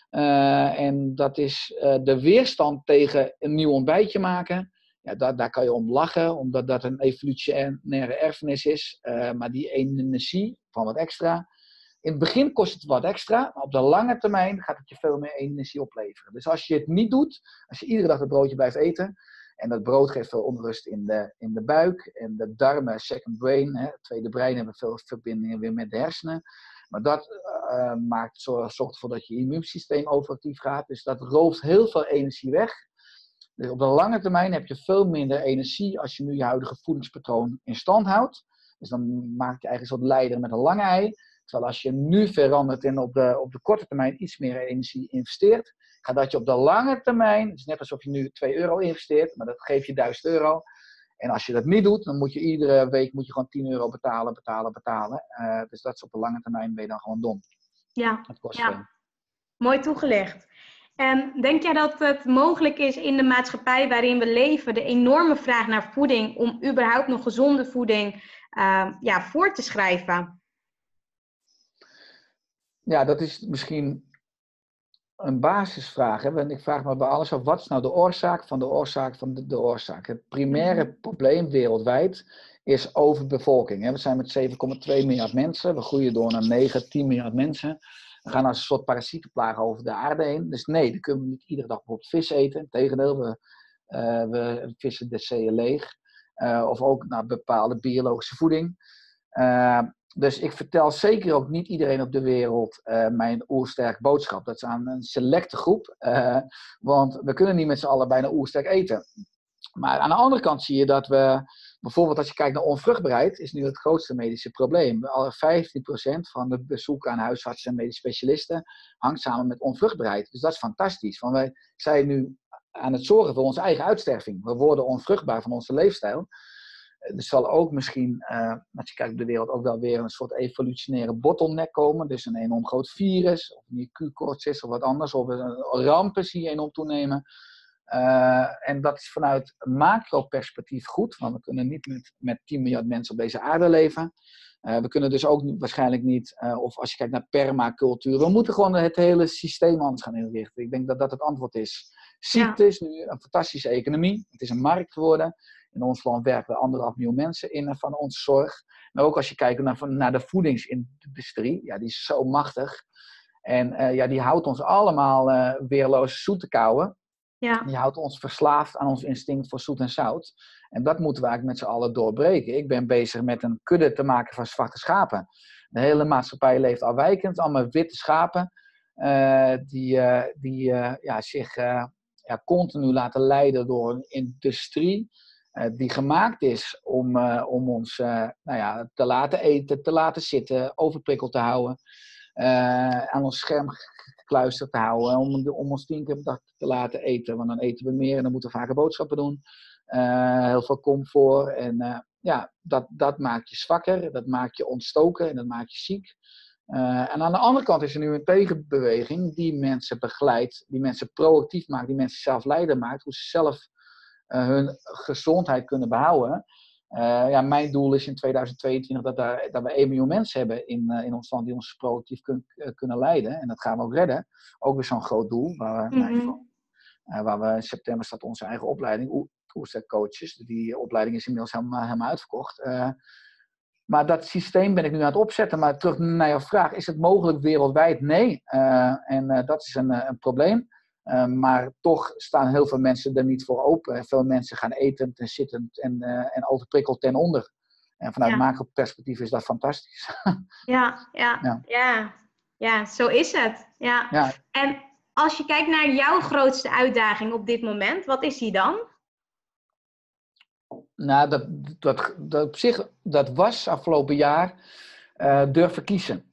Uh, en dat is uh, de weerstand tegen een nieuw ontbijtje maken. Ja, daar, daar kan je om lachen, omdat dat een evolutionaire erfenis is. Uh, maar die energie van wat extra. In het begin kost het wat extra, maar op de lange termijn gaat het je veel meer energie opleveren. Dus als je het niet doet, als je iedere dag het broodje blijft eten, en dat brood geeft veel onrust in de, in de buik, en de darmen, second brain, hè, het tweede brein, hebben veel verbindingen weer met de hersenen. Maar dat uh, maakt, zorgt ervoor dat je immuunsysteem overactief gaat. Dus dat rooft heel veel energie weg. Dus op de lange termijn heb je veel minder energie als je nu je huidige voedingspatroon in stand houdt. Dus dan maak je eigenlijk een soort leider met een lange ei. Terwijl als je nu verandert en op de, op de korte termijn iets meer energie investeert, gaat dat je op de lange termijn, het is net alsof je nu twee euro investeert, maar dat geeft je duizend euro. En als je dat niet doet, dan moet je iedere week moet je gewoon tien euro betalen, betalen, betalen. Uh, dus dat is op de lange termijn ben je dan gewoon dom. Ja, dat kost ja. Veel. Mooi toegelicht. En denk jij dat het mogelijk is in de maatschappij waarin we leven, de enorme vraag naar voeding, om überhaupt nog gezonde voeding uh, ja, voor te schrijven? Ja, dat is misschien een basisvraag. Hè? Want ik vraag me bij alles af, wat is nou de oorzaak van de oorzaak van de, de oorzaak? Het primaire mm-hmm. probleem wereldwijd is overbevolking. Hè? We zijn met zeven komma twee miljard mensen. We groeien door naar negen, tien miljard mensen. We gaan als een soort parasietenplaag over de aarde heen. Dus nee, dan kunnen we niet iedere dag bijvoorbeeld vis eten. Integendeel, we Uh, we vissen de zeeën leeg. Uh, of ook naar bepaalde biologische voeding. Uh, dus ik vertel zeker ook niet iedereen op de wereld uh, mijn oersterk boodschap. Dat is aan een selecte groep. Uh, want we kunnen niet met z'n allen bijna oersterk eten. Maar aan de andere kant zie je dat we, bijvoorbeeld als je kijkt naar onvruchtbaarheid, is nu het grootste medische probleem. Al vijftien procent van de bezoeken aan huisartsen en medische specialisten hangt samen met onvruchtbaarheid. Dus dat is fantastisch. Want wij zijn nu aan het zorgen voor onze eigen uitsterving. We worden onvruchtbaar van onze leefstijl. Er zal ook misschien, uh, als je kijkt op de wereld, ook wel weer een soort evolutionaire bottleneck komen. Dus een enorm groot virus, of een I Q-koorts is of wat anders. Of een rampen zie je enorm toenemen. Uh, en dat is vanuit macro-perspectief goed, want we kunnen niet met, met tien miljard mensen op deze aarde leven. Uh, we kunnen dus ook waarschijnlijk niet, uh, of als je kijkt naar permacultuur, we moeten gewoon het hele systeem anders gaan inrichten. Ik denk dat dat het antwoord is. Ziekte ja. is nu een fantastische economie. Het is een markt geworden. In ons land werken we anderhalf miljoen mensen in van onze zorg. Maar ook als je kijkt naar, naar de voedingsindustrie, ja, die is zo machtig. En uh, ja, die houdt ons allemaal uh, weerloos zoet te kauwen. Ja. Die houdt ons verslaafd aan ons instinct voor zoet en zout. En dat moeten we eigenlijk met z'n allen doorbreken. Ik ben bezig met een kudde te maken van zwarte schapen. De hele maatschappij leeft afwijkend. Allemaal witte schapen. Uh, die uh, die uh, ja, zich uh, ja, continu laten leiden door een industrie. Uh, die gemaakt is om, uh, om ons uh, nou ja, te laten eten, te laten zitten, overprikkeld te houden. Uh, aan ons scherm gekluisterd te houden. Om, om ons tien keer per dag te laten eten. Want dan eten we meer en dan moeten we vaker boodschappen doen. Uh, heel veel comfort. En uh, ja, dat, dat maakt je zwakker. Dat maakt je ontstoken en dat maakt je ziek. Uh, en aan de andere kant is er nu een tegenbeweging die mensen begeleidt. Die mensen proactief maakt. Die mensen zelf leider maakt. Hoe ze zelf uh, hun gezondheid kunnen behouden. Uh, ja, mijn doel is in tweeduizend tweeëntwintig dat, daar, dat we één miljoen mensen hebben in, uh, in ons land die ons proactief kun, uh, kunnen leiden. En dat gaan we ook redden. Ook weer zo'n groot doel. Waar we, mm-hmm. nou, uh, waar we in september staat onze eigen opleiding, Oersterk Coaches. Die opleiding is inmiddels helemaal, helemaal uitverkocht. Uh, maar dat systeem ben ik nu aan het opzetten. Maar terug naar jouw vraag, is het mogelijk wereldwijd? Nee. Uh, en uh, dat is een, uh, een probleem. Uh, maar toch staan heel veel mensen er niet voor open. Veel mensen gaan etend en zittend en, uh, en overprikkeld ten onder. En vanuit ja. macro-perspectief is dat fantastisch. ja, ja, ja, ja. Ja, zo is het. Ja. Ja. En als je kijkt naar jouw grootste uitdaging op dit moment, wat is die dan? Nou, dat, dat, dat op zich, dat was afgelopen jaar uh, durven kiezen.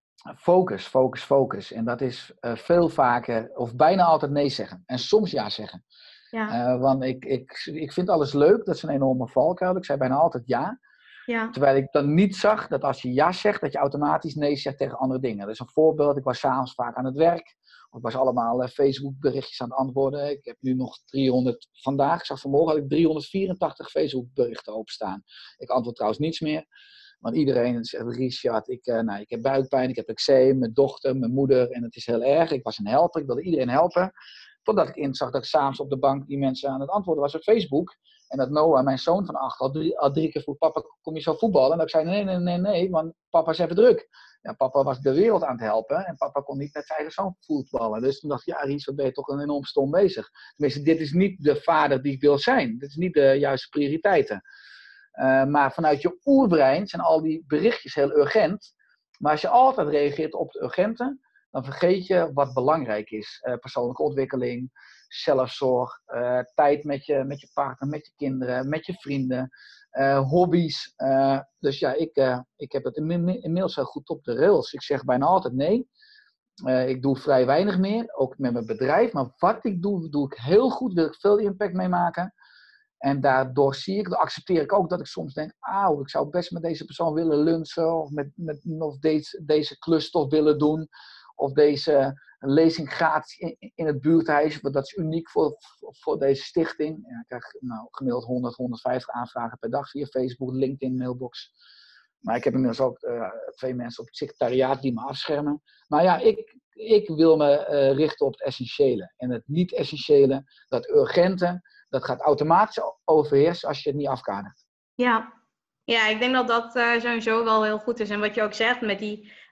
Focus, focus, focus. En dat is uh, veel vaker, of bijna altijd nee zeggen. En soms ja zeggen. Ja. Uh, want ik, ik, ik vind alles leuk, dat is een enorme valkuil. Ik zei bijna altijd ja. ja. Terwijl ik dan niet zag dat als je ja zegt, dat je automatisch nee zegt tegen andere dingen. Dat is een voorbeeld. Ik was 's avonds vaak aan het werk. Ik was allemaal uh, Facebook berichtjes aan het antwoorden. Ik heb nu nog driehonderd, vandaag, ik zag vanmorgen, had ik driehonderdvierentachtig Facebook berichten openstaan. Ik antwoord trouwens niets meer. Want iedereen zegt, Richard, ik, uh, nou, ik heb buikpijn, ik heb eczeem, mijn dochter, mijn moeder. En het is heel erg. Ik was een helper, ik wilde iedereen helpen. Totdat ik inzag dat ik s'avonds op de bank die mensen aan het antwoorden was op Facebook. En dat Noah, mijn zoon van acht, al drie, al drie keer vroeg, papa, kom je zo voetballen? En dat ik zei, nee, nee, nee, nee, want papa is even druk. Ja, papa was de wereld aan het helpen en papa kon niet met zijn eigen zoon voetballen. Dus toen dacht ik, ja, Richard, ben je toch een enorm stom bezig. Tenminste, dit is niet de vader die ik wil zijn. Dit is niet de juiste prioriteiten. Uh, maar vanuit je oerbrein zijn al die berichtjes heel urgent. Maar als je altijd reageert op het urgente, dan vergeet je wat belangrijk is. Uh, persoonlijke ontwikkeling, zelfzorg, uh, tijd met je, met je partner, met je kinderen, met je vrienden, uh, hobby's. Uh, dus ja, ik, uh, ik heb het inmiddels heel goed op de rails. Ik zeg bijna altijd nee. Uh, ik doe vrij weinig meer, ook met mijn bedrijf. Maar wat ik doe, doe ik heel goed. Wil ik veel impact mee maken. En daardoor zie ik, dan accepteer ik ook dat ik soms denk, auw, ik zou best met deze persoon willen lunchen. Of, met, met, of deze, deze klus toch willen doen. Of deze lezing gratis in, in het buurthuis. Want dat is uniek voor, voor deze stichting. Ja, ik krijg nou, gemiddeld honderd, honderdvijftig aanvragen per dag via Facebook, LinkedIn, mailbox. Maar ik heb inmiddels ook uh, twee mensen op het secretariaat die me afschermen. Maar ja, ik, ik wil me uh, richten op het essentiële. En het niet-essentiële, dat urgente, dat gaat automatisch overheersen als je het niet afkadert. Ja, ja ik denk dat dat uh, sowieso wel heel goed is. En wat je ook zegt met die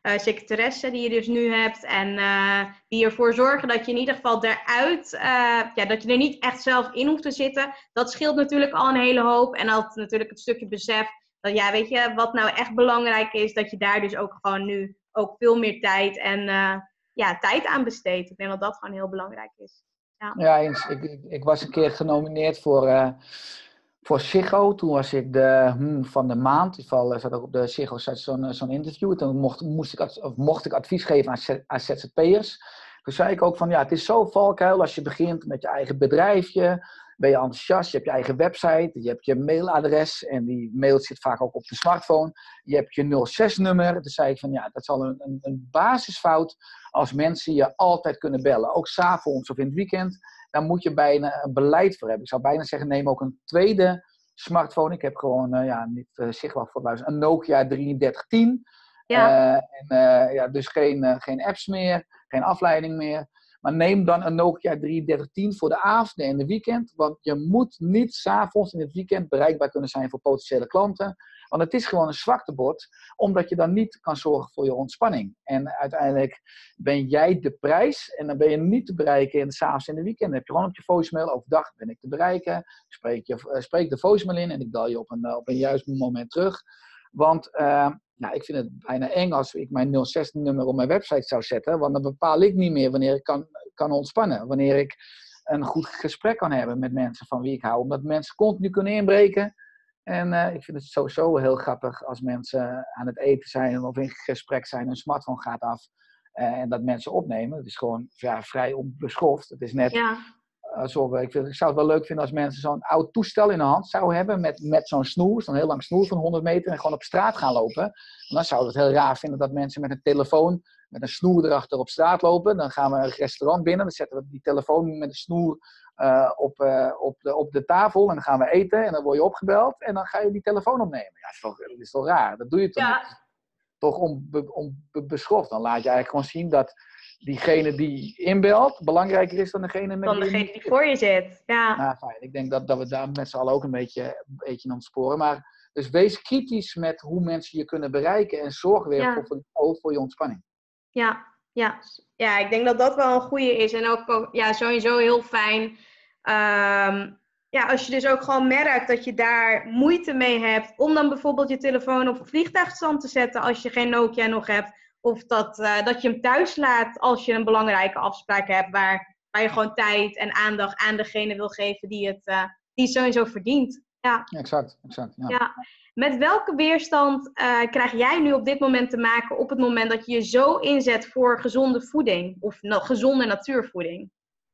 uh, secretaresse die je dus nu hebt. En uh, die ervoor zorgen dat je in ieder geval eruit, uh, ja, dat je er niet echt zelf in hoeft te zitten. Dat scheelt natuurlijk al een hele hoop. En altijd natuurlijk het stukje besef dat, ja, weet je, wat nou echt belangrijk is, dat je daar dus ook gewoon nu ook veel meer tijd en uh, ja, tijd aan besteedt. Ik denk dat dat gewoon heel belangrijk is. Ja, ja eens. Ik, ik, ik was een keer genomineerd voor, uh, voor Ziggo. Toen was ik de hmm, van de maand. Ik zat ook op de Ziggo zo'n, zo'n interview. Toen mocht, moest ik, of mocht ik advies geven aan, aan Z Z P'ers. Toen zei ik ook van, ja, het is zo valkuil als je begint met je eigen bedrijfje. Ben je enthousiast, je hebt je eigen website, je hebt je mailadres en die mail zit vaak ook op de smartphone. Je hebt je nul zes nummer. Toen zei ik van, ja, dat is al een, een, een basisfout als mensen je altijd kunnen bellen. Ook 's avonds of in het weekend. Daar moet je bijna een beleid voor hebben. Ik zou bijna zeggen, neem ook een tweede smartphone. Ik heb gewoon, uh, ja, niet uh, zichtbaar voor luisteren, een Nokia drieëndertig tien. Ja. Uh, en, uh, ja, dus geen, uh, geen apps meer, geen afleiding meer. Maar neem dan een Nokia drieëndertig tien voor de avond en de weekend. Want je moet niet 's avonds in het weekend bereikbaar kunnen zijn voor potentiële klanten. Want het is gewoon een zwaktebod, omdat je dan niet kan zorgen voor je ontspanning. En uiteindelijk ben jij de prijs en dan ben je niet te bereiken in 's avonds en de weekend. Dan heb je gewoon op je voicemail, overdag ben ik te bereiken. Spreek, je, uh, spreek de voicemail in en ik bel je op een, uh, op een juist moment terug. Want uh, nou, ik vind het bijna eng als ik mijn nul zes nummer op mijn website zou zetten. Want dan bepaal ik niet meer wanneer ik kan, kan ontspannen. Wanneer ik een goed gesprek kan hebben met mensen van wie ik hou. Omdat mensen continu kunnen inbreken. En uh, ik vind het sowieso heel grappig als mensen aan het eten zijn of in gesprek zijn. Hun smartphone gaat af uh, en dat mensen opnemen. Het is gewoon ja, vrij onbeschoft. Het is net... Ja. Alsof, ik, vind, ik zou het wel leuk vinden als mensen zo'n oud toestel in de hand zouden hebben met, met zo'n snoer, zo'n heel lang snoer van honderd meter en gewoon op straat gaan lopen. En dan zouden we het heel raar vinden dat mensen met een telefoon met een snoer erachter op straat lopen. Dan gaan we een restaurant binnen, dan zetten we die telefoon met een snoer uh, op, uh, op, de, op de tafel en dan gaan we eten en dan word je opgebeld en dan ga je die telefoon opnemen. Ja, dat is toch, dat is toch raar? Dat doe je toch ja. niet? Toch onbeschoft. Dan laat je eigenlijk gewoon zien dat diegene die inbelt belangrijker is dan degene met dan degene die, die voor je zit. Ja. Nou, fijn. Ik denk dat, dat we daar met z'n allen ook een beetje, een beetje aan het sporen. Maar dus wees kritisch met hoe mensen je kunnen bereiken en zorg weer ja. voor, voor, voor je ontspanning. Ja, ja. ja, ik denk dat dat wel een goede is. En ook ja, sowieso heel fijn. Um, ja, als je dus ook gewoon merkt dat je daar moeite mee hebt om dan bijvoorbeeld je telefoon op vliegtuigstand te zetten als je geen Nokia nog hebt. Of dat, uh, dat je hem thuis laat als je een belangrijke afspraak hebt waar, waar je gewoon tijd en aandacht aan degene wil geven die het, uh, die het sowieso verdient. Ja, exact. exact ja. Ja. Met welke weerstand uh, krijg jij nu op dit moment te maken op het moment dat je je zo inzet voor gezonde voeding of na- gezonde natuurvoeding?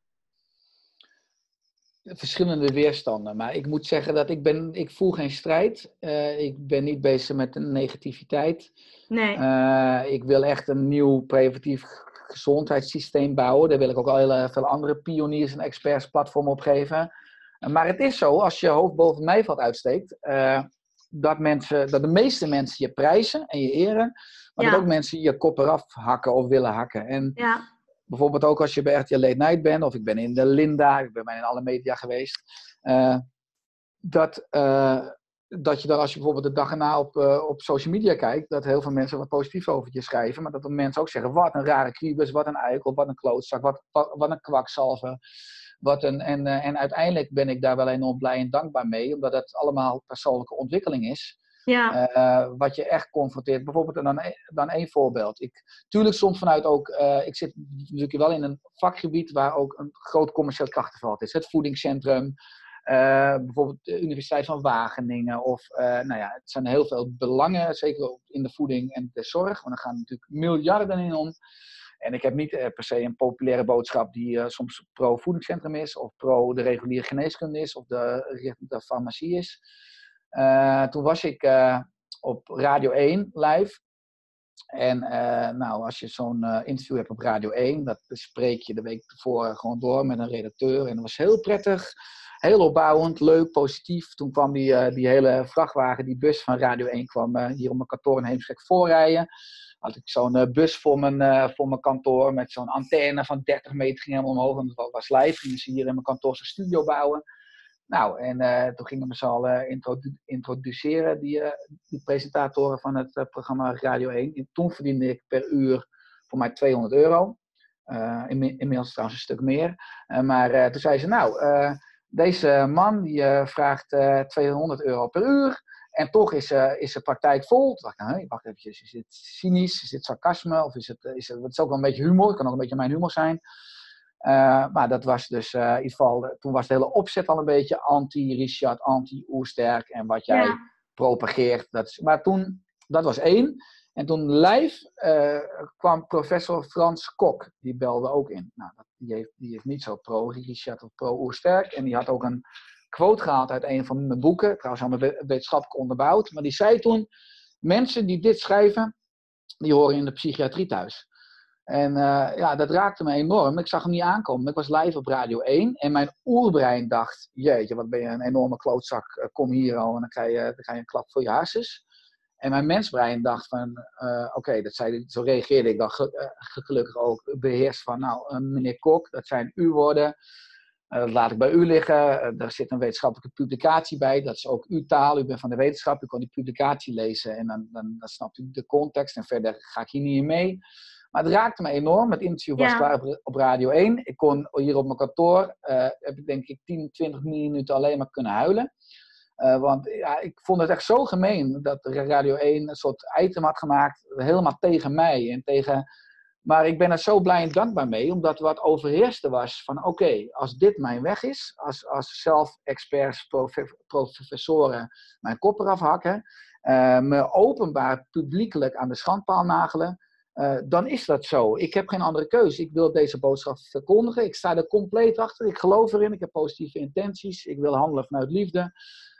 Verschillende weerstanden, maar ik moet zeggen dat ik ben, ik voel geen strijd. Uh, ik ben niet bezig met negativiteit. Nee. Uh, ik wil echt een nieuw preventief gezondheidssysteem bouwen. Daar wil ik ook al heel veel andere pioniers en experts platform op geven. Uh, maar het is zo, als je hoofd boven mij valt uitsteekt, uh, dat, mensen, dat de meeste mensen je prijzen en je eren, maar ja. dat ook mensen je kop eraf hakken of willen hakken. En ja. bijvoorbeeld ook als je bij R T L Late Night bent, of ik ben in de Linda, ik ben in alle media geweest. Uh, dat, uh, dat je dan als je bijvoorbeeld de dag erna op, uh, op social media kijkt, dat heel veel mensen wat positief over je schrijven. Maar dat er mensen ook zeggen, wat een rare kriebus, wat een eikel, wat een klootzak, wat, wat, wat een kwakzalver. Wat een, en, uh, en uiteindelijk ben ik daar wel enorm blij en dankbaar mee, omdat het allemaal persoonlijke ontwikkeling is. Ja. Uh, wat je echt confronteert. Bijvoorbeeld dan, dan één voorbeeld. Ik, tuurlijk soms vanuit ook, uh, ik zit natuurlijk wel in een vakgebied waar ook een groot commercieel krachtenveld is. Het voedingscentrum, uh, bijvoorbeeld de Universiteit van Wageningen. Of, uh, nou ja, het zijn heel veel belangen, zeker in de voeding en de zorg. Want er gaan natuurlijk miljarden in om. En ik heb niet uh, per se een populaire boodschap die uh, soms pro-voedingscentrum is. Of pro de reguliere geneeskunde is. Of de, de farmacie is. Uh, toen was ik uh, op Radio één live. En uh, nou, als je zo'n uh, interview hebt op Radio één, dat bespreek je de week ervoor gewoon door met een redacteur. En dat was heel prettig, heel opbouwend, leuk, positief. Toen kwam die, uh, die hele vrachtwagen, die bus van Radio één, kwam uh, hier op mijn kantoor in Heemskerk voorrijden. Had ik zo'n uh, bus voor mijn, uh, voor mijn kantoor met zo'n antenne van dertig meter, ging helemaal omhoog. En dat was live, gingen ze hier in mijn kantoor zo'n studio bouwen. Nou, en uh, toen gingen we ze al uh, introdu- introduceren, die, uh, die presentatoren van het uh, programma Radio één. En toen verdiende ik per uur voor mij tweehonderd euro. Uh, inmiddels trouwens een stuk meer. Uh, maar uh, toen zei ze, nou, uh, deze man die uh, vraagt uh, tweehonderd euro per uur. En toch is, uh, is de praktijk vol. Toen dacht ik, hey, wacht even, is dit cynisch? Is dit sarcasme? Of is het, is het, het is ook wel een beetje humor? Het kan ook een beetje mijn humor zijn. Uh, maar dat was dus uh, in ieder geval, toen was de hele opzet al een beetje anti-Richard, anti-Oersterk en wat jij ja. propageert. Dat is, maar toen, dat was één. En toen live uh, kwam professor Frans Kok, die belde ook in. Nou, die, heeft, die heeft niet zo pro-Richard of pro-Oersterk. En die had ook een quote gehaald uit een van mijn boeken, trouwens allemaal wetenschappelijk onderbouwd. Maar die zei toen, mensen die dit schrijven, die horen in de psychiatrie thuis. En uh, ja, dat raakte me enorm. Ik zag hem niet aankomen. Ik was live op Radio één. En mijn oerbrein dacht, jeetje, wat ben je een enorme klootzak. Kom hier al en dan krijg je, dan krijg je een klap voor je hersens. En mijn mensbrein dacht van, uh, oké, okay, dat zei, zo reageerde ik dan ge, uh, gelukkig ook beheerst van, nou, uh, meneer Kok, dat zijn uw woorden. Uh, dat laat ik bij u liggen. Uh, er zit een wetenschappelijke publicatie bij. Dat is ook uw taal. U bent van de wetenschap. U kan die publicatie lezen en dan, dan, dan snapt u de context. En verder ga ik hier niet in mee. Maar het raakte me enorm. Het interview was ja. klaar op, op Radio één. Ik kon hier op mijn kantoor, uh, heb ik denk ik tien, twintig minuten alleen maar kunnen huilen. Uh, want ja, ik vond het echt zo gemeen dat Radio één een soort item had gemaakt. Helemaal tegen mij. En tegen... Maar ik ben er zo blij en dankbaar mee. Omdat wat overheerste was van oké, okay, als dit mijn weg is. Als, als zelf-experts, profe- professoren mijn kop eraf hakken. Uh, me openbaar publiekelijk aan de schandpaal nagelen. Uh, dan is dat zo. Ik heb geen andere keuze. Ik wil deze boodschap verkondigen. Ik sta er compleet achter. Ik geloof erin. Ik heb positieve intenties. Ik wil handelen vanuit liefde.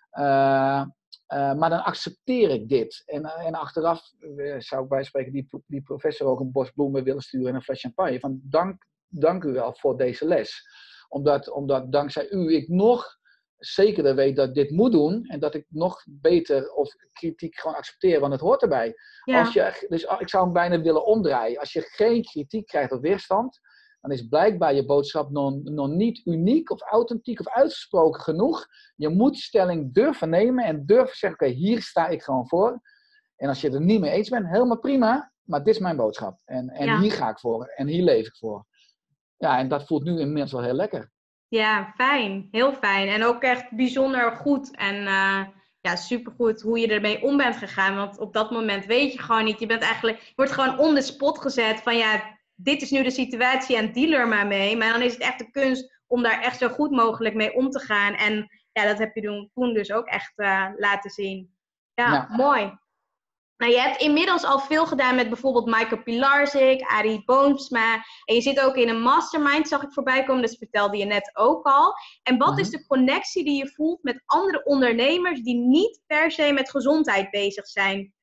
Uh, uh, maar dan accepteer ik dit. En, uh, en achteraf uh, zou ik bijspreken die, die professor ook een bos bloemen willen sturen en een fles champagne. Van dank, dank u wel voor deze les. Omdat, omdat dankzij u ik nog zekerder weet dat ik dit moet doen. En dat ik nog beter of kritiek gewoon accepteer. Want het hoort erbij. Ja. Als je, dus ik zou hem bijna willen omdraaien. Als je geen kritiek krijgt of weerstand. Dan is blijkbaar je boodschap nog, nog niet uniek of authentiek of uitgesproken genoeg. Je moet stelling durven nemen en durven zeggen, oké, okay, hier sta ik gewoon voor. En als je het er niet mee eens bent, helemaal prima. Maar dit is mijn boodschap. En, en ja. hier ga ik voor. En hier leef ik voor. Ja, en dat voelt nu inmiddels wel heel lekker. Ja, fijn. Heel fijn. En ook echt bijzonder goed. En uh, ja, supergoed hoe je ermee om bent gegaan. Want op dat moment weet je gewoon niet. Je bent eigenlijk, je wordt gewoon on the spot gezet van ja, dit is nu de situatie en deal er maar mee. Maar dan is het echt de kunst om daar echt zo goed mogelijk mee om te gaan. En ja, dat heb je toen dus ook echt uh, laten zien. Ja, ja, mooi. Nou, je hebt inmiddels al veel gedaan met bijvoorbeeld Michael Pilarczyk, Arie Boomsma. En je zit ook in een mastermind, zag ik voorbij komen. Dat vertelde je net ook al. En wat uh-huh. is de connectie die je voelt met andere ondernemers die niet per se met gezondheid bezig zijn?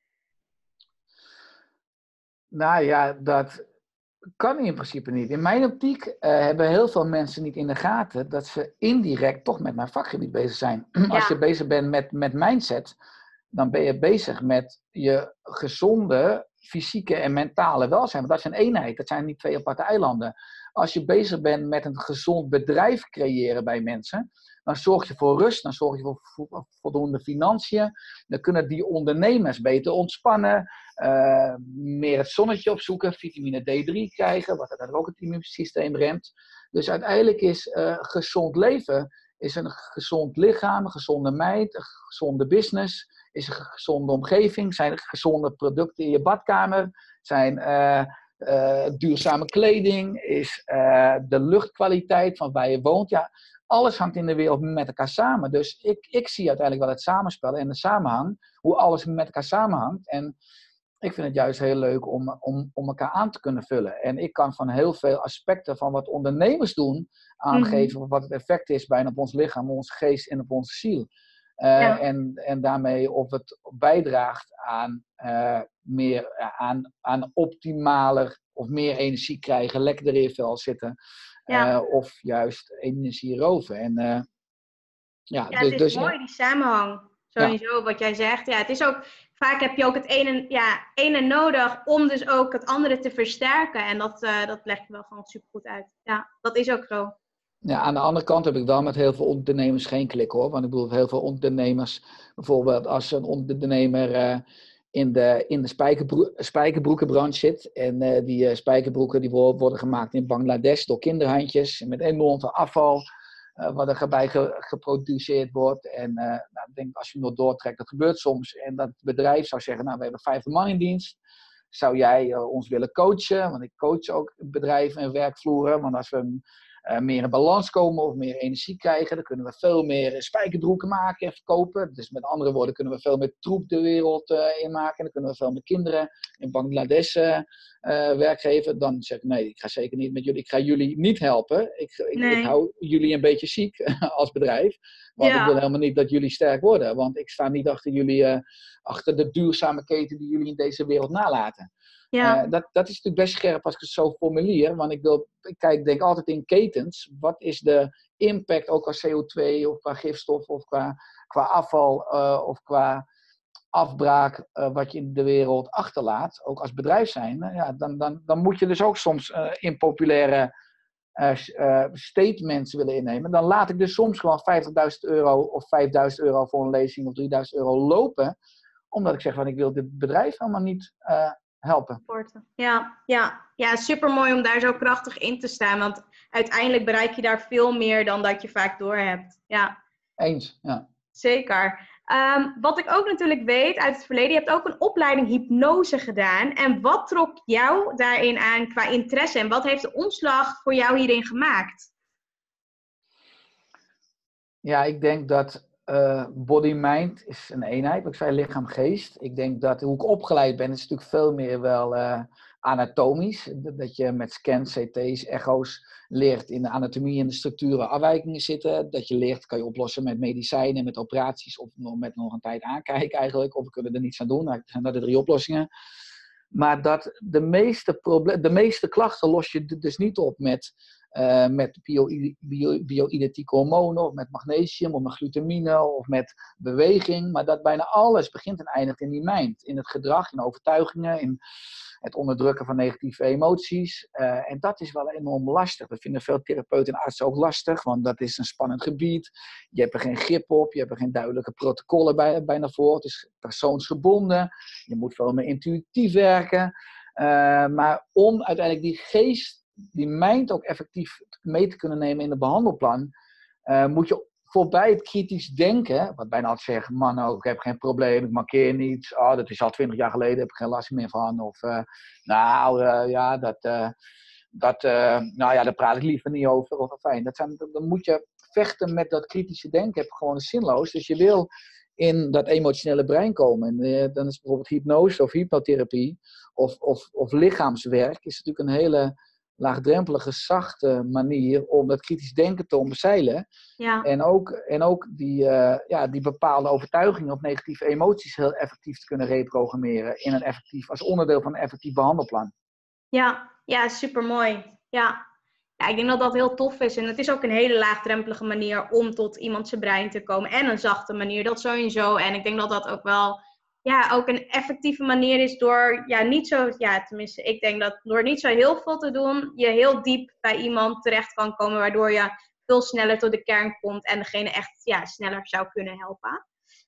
Nou ja, dat kan in principe niet. In mijn optiek uh, hebben heel veel mensen niet in de gaten dat ze indirect toch met mijn vakgebied bezig zijn. Ja. Als je bezig bent met, met mindset, dan ben je bezig met je gezonde fysieke en mentale welzijn. Want dat is een eenheid, dat zijn niet twee aparte eilanden. Als je bezig bent met een gezond bedrijf creëren bij mensen, dan zorg je voor rust, dan zorg je voor voldoende financiën. Dan kunnen die ondernemers beter ontspannen, uh, meer het zonnetje opzoeken, vitamine D drie krijgen, wat dan ook het immuunsysteem remt. Dus uiteindelijk is uh, gezond leven is een gezond lichaam, een gezonde mind, een gezonde business, is een gezonde omgeving, zijn er gezonde producten in je badkamer, zijn uh, uh, duurzame kleding, is uh, de luchtkwaliteit van waar je woont. Ja, alles hangt in de wereld met elkaar samen. Dus ik, ik zie uiteindelijk wel het samenspel en de samenhang, hoe alles met elkaar samenhangt. En ik vind het juist heel leuk om, om, om elkaar aan te kunnen vullen. En ik kan van heel veel aspecten van wat ondernemers doen aangeven mm-hmm. wat het effect is bijna op ons lichaam, op onze geest en op onze ziel. Uh, ja. en, en daarmee of het bijdraagt aan, uh, meer, uh, aan, aan optimaler of meer energie krijgen, lekkerder in je vel zitten. Ja. Uh, of juist energie roven. En, uh, ja, ja, dus, het is dus, mooi, die samenhang. Sowieso, ja. Wat jij zegt. Ja, het is ook, vaak heb je ook het ene, ja, ene nodig om dus ook het andere te versterken. En dat, uh, dat leg je wel gewoon supergoed uit. Ja, dat is ook zo. Ja, aan de andere kant heb ik wel met heel veel ondernemers geen klik hoor. Want ik bedoel, heel veel ondernemers, bijvoorbeeld als een ondernemer uh, in de, in de spijkerbro- spijkerbroekenbranche zit. En uh, die uh, spijkerbroeken die worden gemaakt in Bangladesh door kinderhandjes. Met enorm veel afval uh, wat er bij ge- geproduceerd wordt. En uh, nou, ik denk als je nog doortrekt, dat gebeurt soms. En dat het bedrijf zou zeggen, nou we hebben vijftig man in dienst. Zou jij uh, ons willen coachen? Want ik coach ook bedrijven en werkvloeren. Want als we uh, meer in balans komen of meer energie krijgen, dan kunnen we veel meer spijkerbroeken maken en verkopen. Dus met andere woorden kunnen we veel meer troep de wereld uh, inmaken. Dan kunnen we veel meer kinderen in Bangladesh uh, uh, werk geven. Dan zeg ik, nee, ik ga zeker niet met jullie. Ik ga jullie niet helpen. Ik, ik, Nee. ik hou jullie een beetje ziek als bedrijf. Want ja. ik wil helemaal niet dat jullie sterk worden. Want ik sta niet achter jullie, uh, achter de duurzame keten die jullie in deze wereld nalaten. Ja. Uh, dat, dat is natuurlijk best scherp als ik het zo formuleer. Want ik, wil, ik kijk, denk altijd in ketens. Wat is de impact ook qua C O twee of qua gifstof of qua, qua afval uh, of qua afbraak uh, wat je in de wereld achterlaat. Ook als bedrijf zijn. Ja, dan, dan, dan moet je dus ook soms uh, impopulaire uh, uh, statements willen innemen. Dan laat ik dus soms gewoon vijftigduizend euro of vijfduizend euro voor een lezing of drieduizend euro lopen. Omdat ik zeg van ik wil dit bedrijf helemaal niet uh, helpen. Ja, ja. ja, super mooi om daar zo krachtig in te staan. Want uiteindelijk bereik je daar veel meer dan dat je vaak doorhebt. Ja. Eens, ja. Zeker. Um, wat ik ook natuurlijk weet uit het verleden, je hebt ook een opleiding hypnose gedaan. En wat trok jou daarin aan qua interesse? En wat heeft de omslag voor jou hierin gemaakt? Ja, ik denk dat uh, body-mind is een eenheid. Ik zei lichaam-geest. Ik denk dat hoe ik opgeleid ben, is natuurlijk veel meer wel uh, anatomisch. Dat je met scans, C T's, echo's leert in de anatomie en de structuren afwijkingen zitten. Dat je leert, kan je oplossen met medicijnen, met operaties of met nog een tijd aankijken eigenlijk. Of we kunnen er niets aan doen. Nou, dat zijn de drie oplossingen. Maar dat de meeste, proble- de meeste klachten los je dus niet op met, uh, met bio- bio- bio-identieke hormonen of met magnesium of met glutamine of met beweging. Maar dat bijna alles begint en eindigt in die mind. In het gedrag, in overtuigingen, in het onderdrukken van negatieve emoties. Uh, en dat is wel enorm lastig. Dat vinden veel therapeuten en artsen ook lastig, want dat is een spannend gebied. Je hebt er geen grip op, je hebt er geen duidelijke protocollen bij, bij naar voren. Het is persoonsgebonden. Je moet veel meer intuïtief werken. Uh, maar om uiteindelijk die geest, die mind ook effectief mee te kunnen nemen in de behandelplan, uh, moet je voorbij het kritisch denken, wat bijna altijd zeggen, man, oh, ik heb geen probleem, ik markeer niets, oh, dat is al twintig jaar geleden, heb ik geen last meer van, of uh, nou, uh, ja, dat, uh, dat, uh, nou ja, daar praat ik liever niet over, of fijn. Dat zijn, dan moet je vechten met dat kritische denken, heb gewoon zinloos, dus je wil in dat emotionele brein komen. En uh, dan is bijvoorbeeld hypnose of hypnotherapie of, of, of lichaamswerk is natuurlijk een hele laagdrempelige, zachte manier om dat kritisch denken te omzeilen. Ja. En ook, en ook die, uh, ja, die bepaalde overtuigingen of negatieve emoties heel effectief te kunnen reprogrammeren in een effectief, als onderdeel van een effectief behandelplan. Ja, ja, supermooi. Ja. Ja, ik denk dat dat heel tof is. En het is ook een hele laagdrempelige manier om tot iemand zijn brein te komen. En een zachte manier, dat sowieso. En ik denk dat dat ook wel ja, ook een effectieve manier is door, ja, niet zo, ja, tenminste, ik denk dat door niet zo heel veel te doen, je heel diep bij iemand terecht kan komen, waardoor je veel sneller tot de kern komt en degene echt, ja, sneller zou kunnen helpen.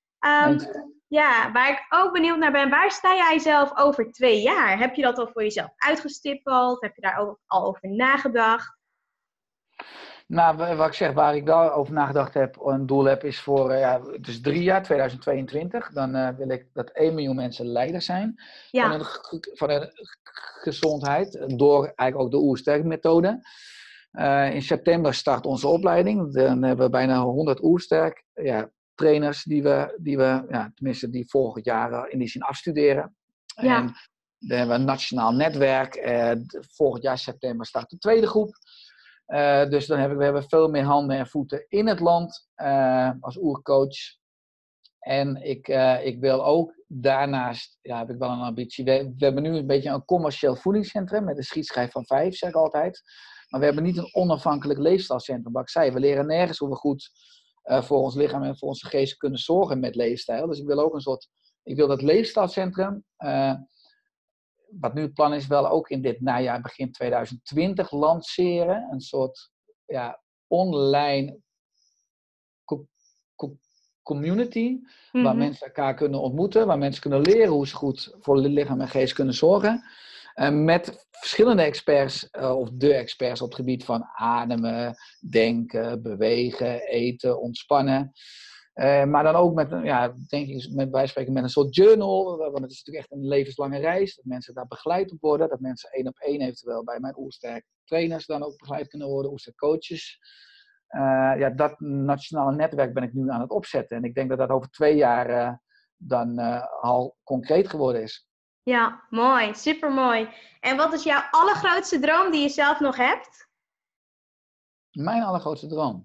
Um, ja, waar ik ook benieuwd naar ben, waar sta jij zelf over twee jaar? Heb je dat al voor jezelf uitgestippeld? Heb je daar ook al over nagedacht? Nou, wat ik zeg, waar ik daarover nagedacht heb, een doel heb, is voor, ja, dus drie jaar, tweeduizend tweeëntwintig. Dan uh, wil ik dat één miljoen mensen leider zijn Ja. van, hun, van hun gezondheid, door eigenlijk ook de Oersterk-methode. Uh, in september start onze opleiding. Dan hebben we bijna honderd Oersterk ja, trainers die we, die we ja, tenminste die volgend jaar in die zin afstuderen. Ja. En dan hebben we een nationaal netwerk. Uh, volgend jaar september start de tweede groep. Uh, dus dan hebben we, we hebben veel meer handen en voeten in het land uh, als oercoach. En ik, uh, ik wil ook daarnaast, ja, heb ik wel een ambitie. We, we hebben nu een beetje een commercieel voedingscentrum met een schietschijf van vijf, zeg ik altijd. Maar we hebben niet een onafhankelijk leefstijlcentrum. Wat ik zei, we leren nergens hoe we goed uh, voor ons lichaam en voor onze geest kunnen zorgen met leefstijl. Dus ik wil ook een soort, ik wil dat leefstijlcentrum, uh, wat nu het plan is, wel ook in dit najaar, begin tweeduizend twintig, lanceren. Een soort ja, online co- co- community, Mhm. waar mensen elkaar kunnen ontmoeten, waar mensen kunnen leren hoe ze goed voor lichaam en geest kunnen zorgen. Uh, met verschillende experts, uh, of de experts op het gebied van ademen, denken, bewegen, eten, ontspannen. Uh, maar dan ook met, ja, denk ik, met, wij spreken met een soort journal, want het is natuurlijk echt een levenslange reis, dat mensen daar begeleid op worden, dat mensen één op één eventueel bij mijn Oersterk trainers dan ook begeleid kunnen worden, Oersterk coaches. Uh, ja, dat nationale netwerk ben ik nu aan het opzetten en ik denk dat dat over twee jaar uh, dan uh, al concreet geworden is. Ja, mooi. Supermooi. En wat is jouw allergrootste droom die je zelf nog hebt? Mijn allergrootste droom?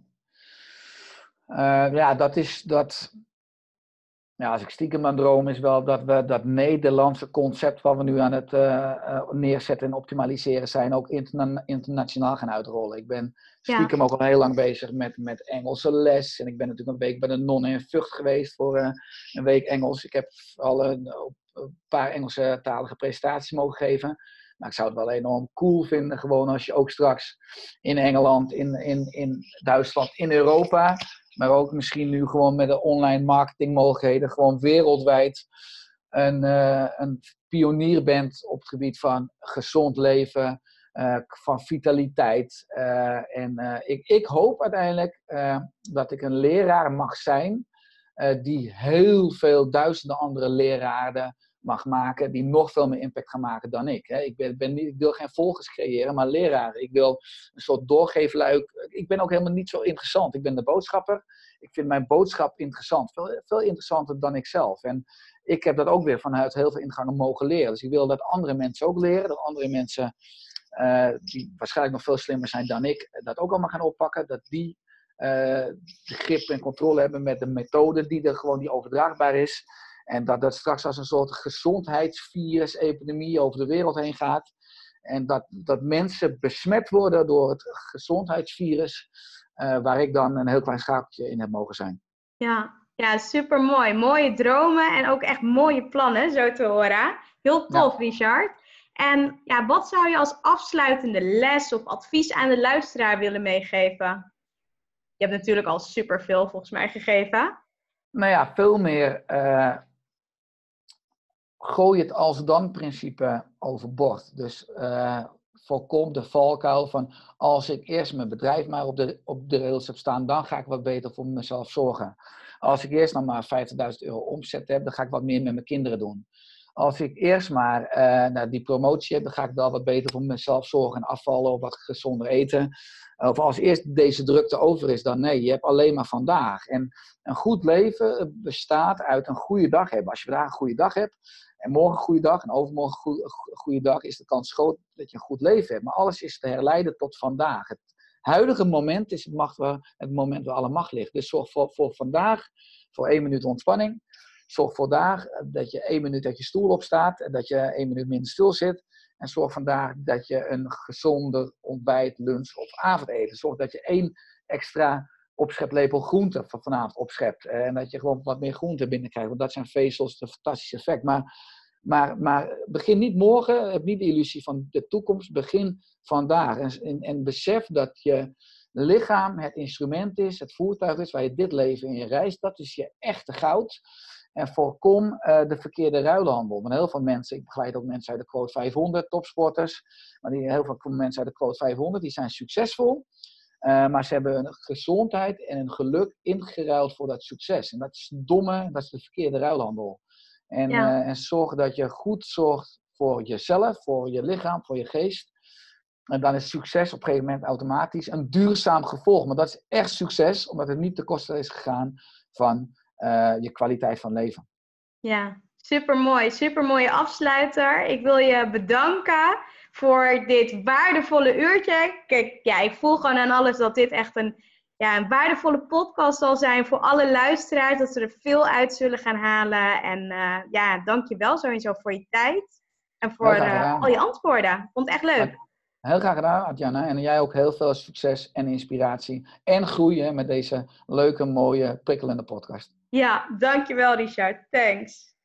Uh, ja, dat is dat... Ja, als ik stiekem aan droom is wel dat we dat Nederlandse concept wat we nu aan het uh, uh, neerzetten en optimaliseren zijn, ook interna- internationaal gaan uitrollen. Ik ben stiekem ja. ook al heel lang bezig met, met Engelse les. En ik ben natuurlijk een week bij de nonnen in Vught geweest voor uh, een week Engels. Ik heb al een, een paar Engelse talige presentaties mogen geven. Maar ik zou het wel enorm cool vinden, gewoon als je ook straks in Engeland, in, in, in Duitsland, in Europa, maar ook misschien nu gewoon met de online marketingmogelijkheden, gewoon wereldwijd een, uh, een pionier bent op het gebied van gezond leven, uh, van vitaliteit. Uh, en uh, ik, ik hoop uiteindelijk uh, dat ik een leraar mag zijn uh, die heel veel duizenden andere leraren mag maken, die nog veel meer impact gaan maken dan ik. Hè. Ik, ben, ben niet, ik wil geen volgers creëren, maar leraren. Ik wil een soort doorgeefluik. Ik ben ook helemaal niet zo interessant. Ik ben de boodschapper. Ik vind mijn boodschap interessant. Veel, veel interessanter dan ik zelf. En ik heb dat ook weer vanuit heel veel ingangen mogen leren. Dus ik wil dat andere mensen ook leren. Dat andere mensen, uh, die waarschijnlijk nog veel slimmer zijn dan ik, dat ook allemaal gaan oppakken. Dat die uh, de grip en controle hebben met de methode die er gewoon die overdraagbaar is. En dat dat straks als een soort gezondheidsvirus, epidemie over de wereld heen gaat. En dat, dat mensen besmet worden door het gezondheidsvirus, uh, waar ik dan een heel klein schakeltje in heb mogen zijn. Ja, ja, super mooi. Mooie dromen en ook echt mooie plannen, zo te horen. Heel tof, ja. Richard. En ja, wat zou je als afsluitende les of advies aan de luisteraar willen meegeven? Je hebt natuurlijk al superveel volgens mij gegeven. Nou ja, veel meer... Uh, gooi het als dan principe overboord. Dus uh, voorkom de valkuil van als ik eerst mijn bedrijf maar op de, op de rails heb staan, dan ga ik wat beter voor mezelf zorgen. Als ik eerst nog maar vijftigduizend euro omzet heb, dan ga ik wat meer met mijn kinderen doen. Als ik eerst maar uh, nou, die promotie heb, dan ga ik wel wat beter voor mezelf zorgen en afvallen of wat gezonder eten. Of als eerst deze drukte over is, dan nee, je hebt alleen maar vandaag. En een goed leven bestaat uit een goede dag hebben. Als je vandaag een goede dag hebt, en morgen een goede dag en overmorgen een goede dag, is de kans groot dat je een goed leven hebt. Maar alles is te herleiden tot vandaag. Het huidige moment is het, macht waar, het moment waar alle macht ligt. Dus zorg voor, voor vandaag, voor één minuut ontspanning. Zorg vandaag dat je één minuut uit je stoel opstaat en dat je één minuut minder stil zit. En zorg vandaag dat je een gezonder ontbijt, lunch of avondeten. Zorg dat je één extra opscheplepel groente van vanavond opschept. En dat je gewoon wat meer groente binnenkrijgt. Want dat zijn vezels, een fantastisch effect. Maar, maar, maar begin niet morgen. Heb niet de illusie van de toekomst. Begin vandaag. En, en, en besef dat je lichaam het instrument is. Het voertuig is waar je dit leven in je reist. Dat is je echte goud. En voorkom uh, de verkeerde ruilhandel. Want heel veel mensen, ik begeleid ook mensen uit de quote vijfhonderd, topsporters. Maar die, heel veel mensen uit de quote vijfhonderd, die zijn succesvol. Uh, maar ze hebben een gezondheid en een geluk ingeruild voor dat succes. En dat is domme, dat is de verkeerde ruilhandel. En, ja. uh, en zorg dat je goed zorgt voor jezelf, voor je lichaam, voor je geest. En dan is succes op een gegeven moment automatisch een duurzaam gevolg. Maar dat is echt succes, omdat het niet ten koste is gegaan van uh, je kwaliteit van leven. Ja, supermooi. Supermooie afsluiter. Ik wil je bedanken voor dit waardevolle uurtje. Kijk, ja, ik voel gewoon aan alles dat dit echt een, ja, een waardevolle podcast zal zijn voor alle luisteraars. Dat ze er veel uit zullen gaan halen. En uh, ja, dank je wel sowieso voor je tijd. En voor uh, al je antwoorden. Ik vond het echt leuk. Heel graag gedaan, Adjana. En jij ook heel veel succes en inspiratie. En groeien met deze leuke, mooie, prikkelende podcast. Ja, dankjewel Richard. Thanks.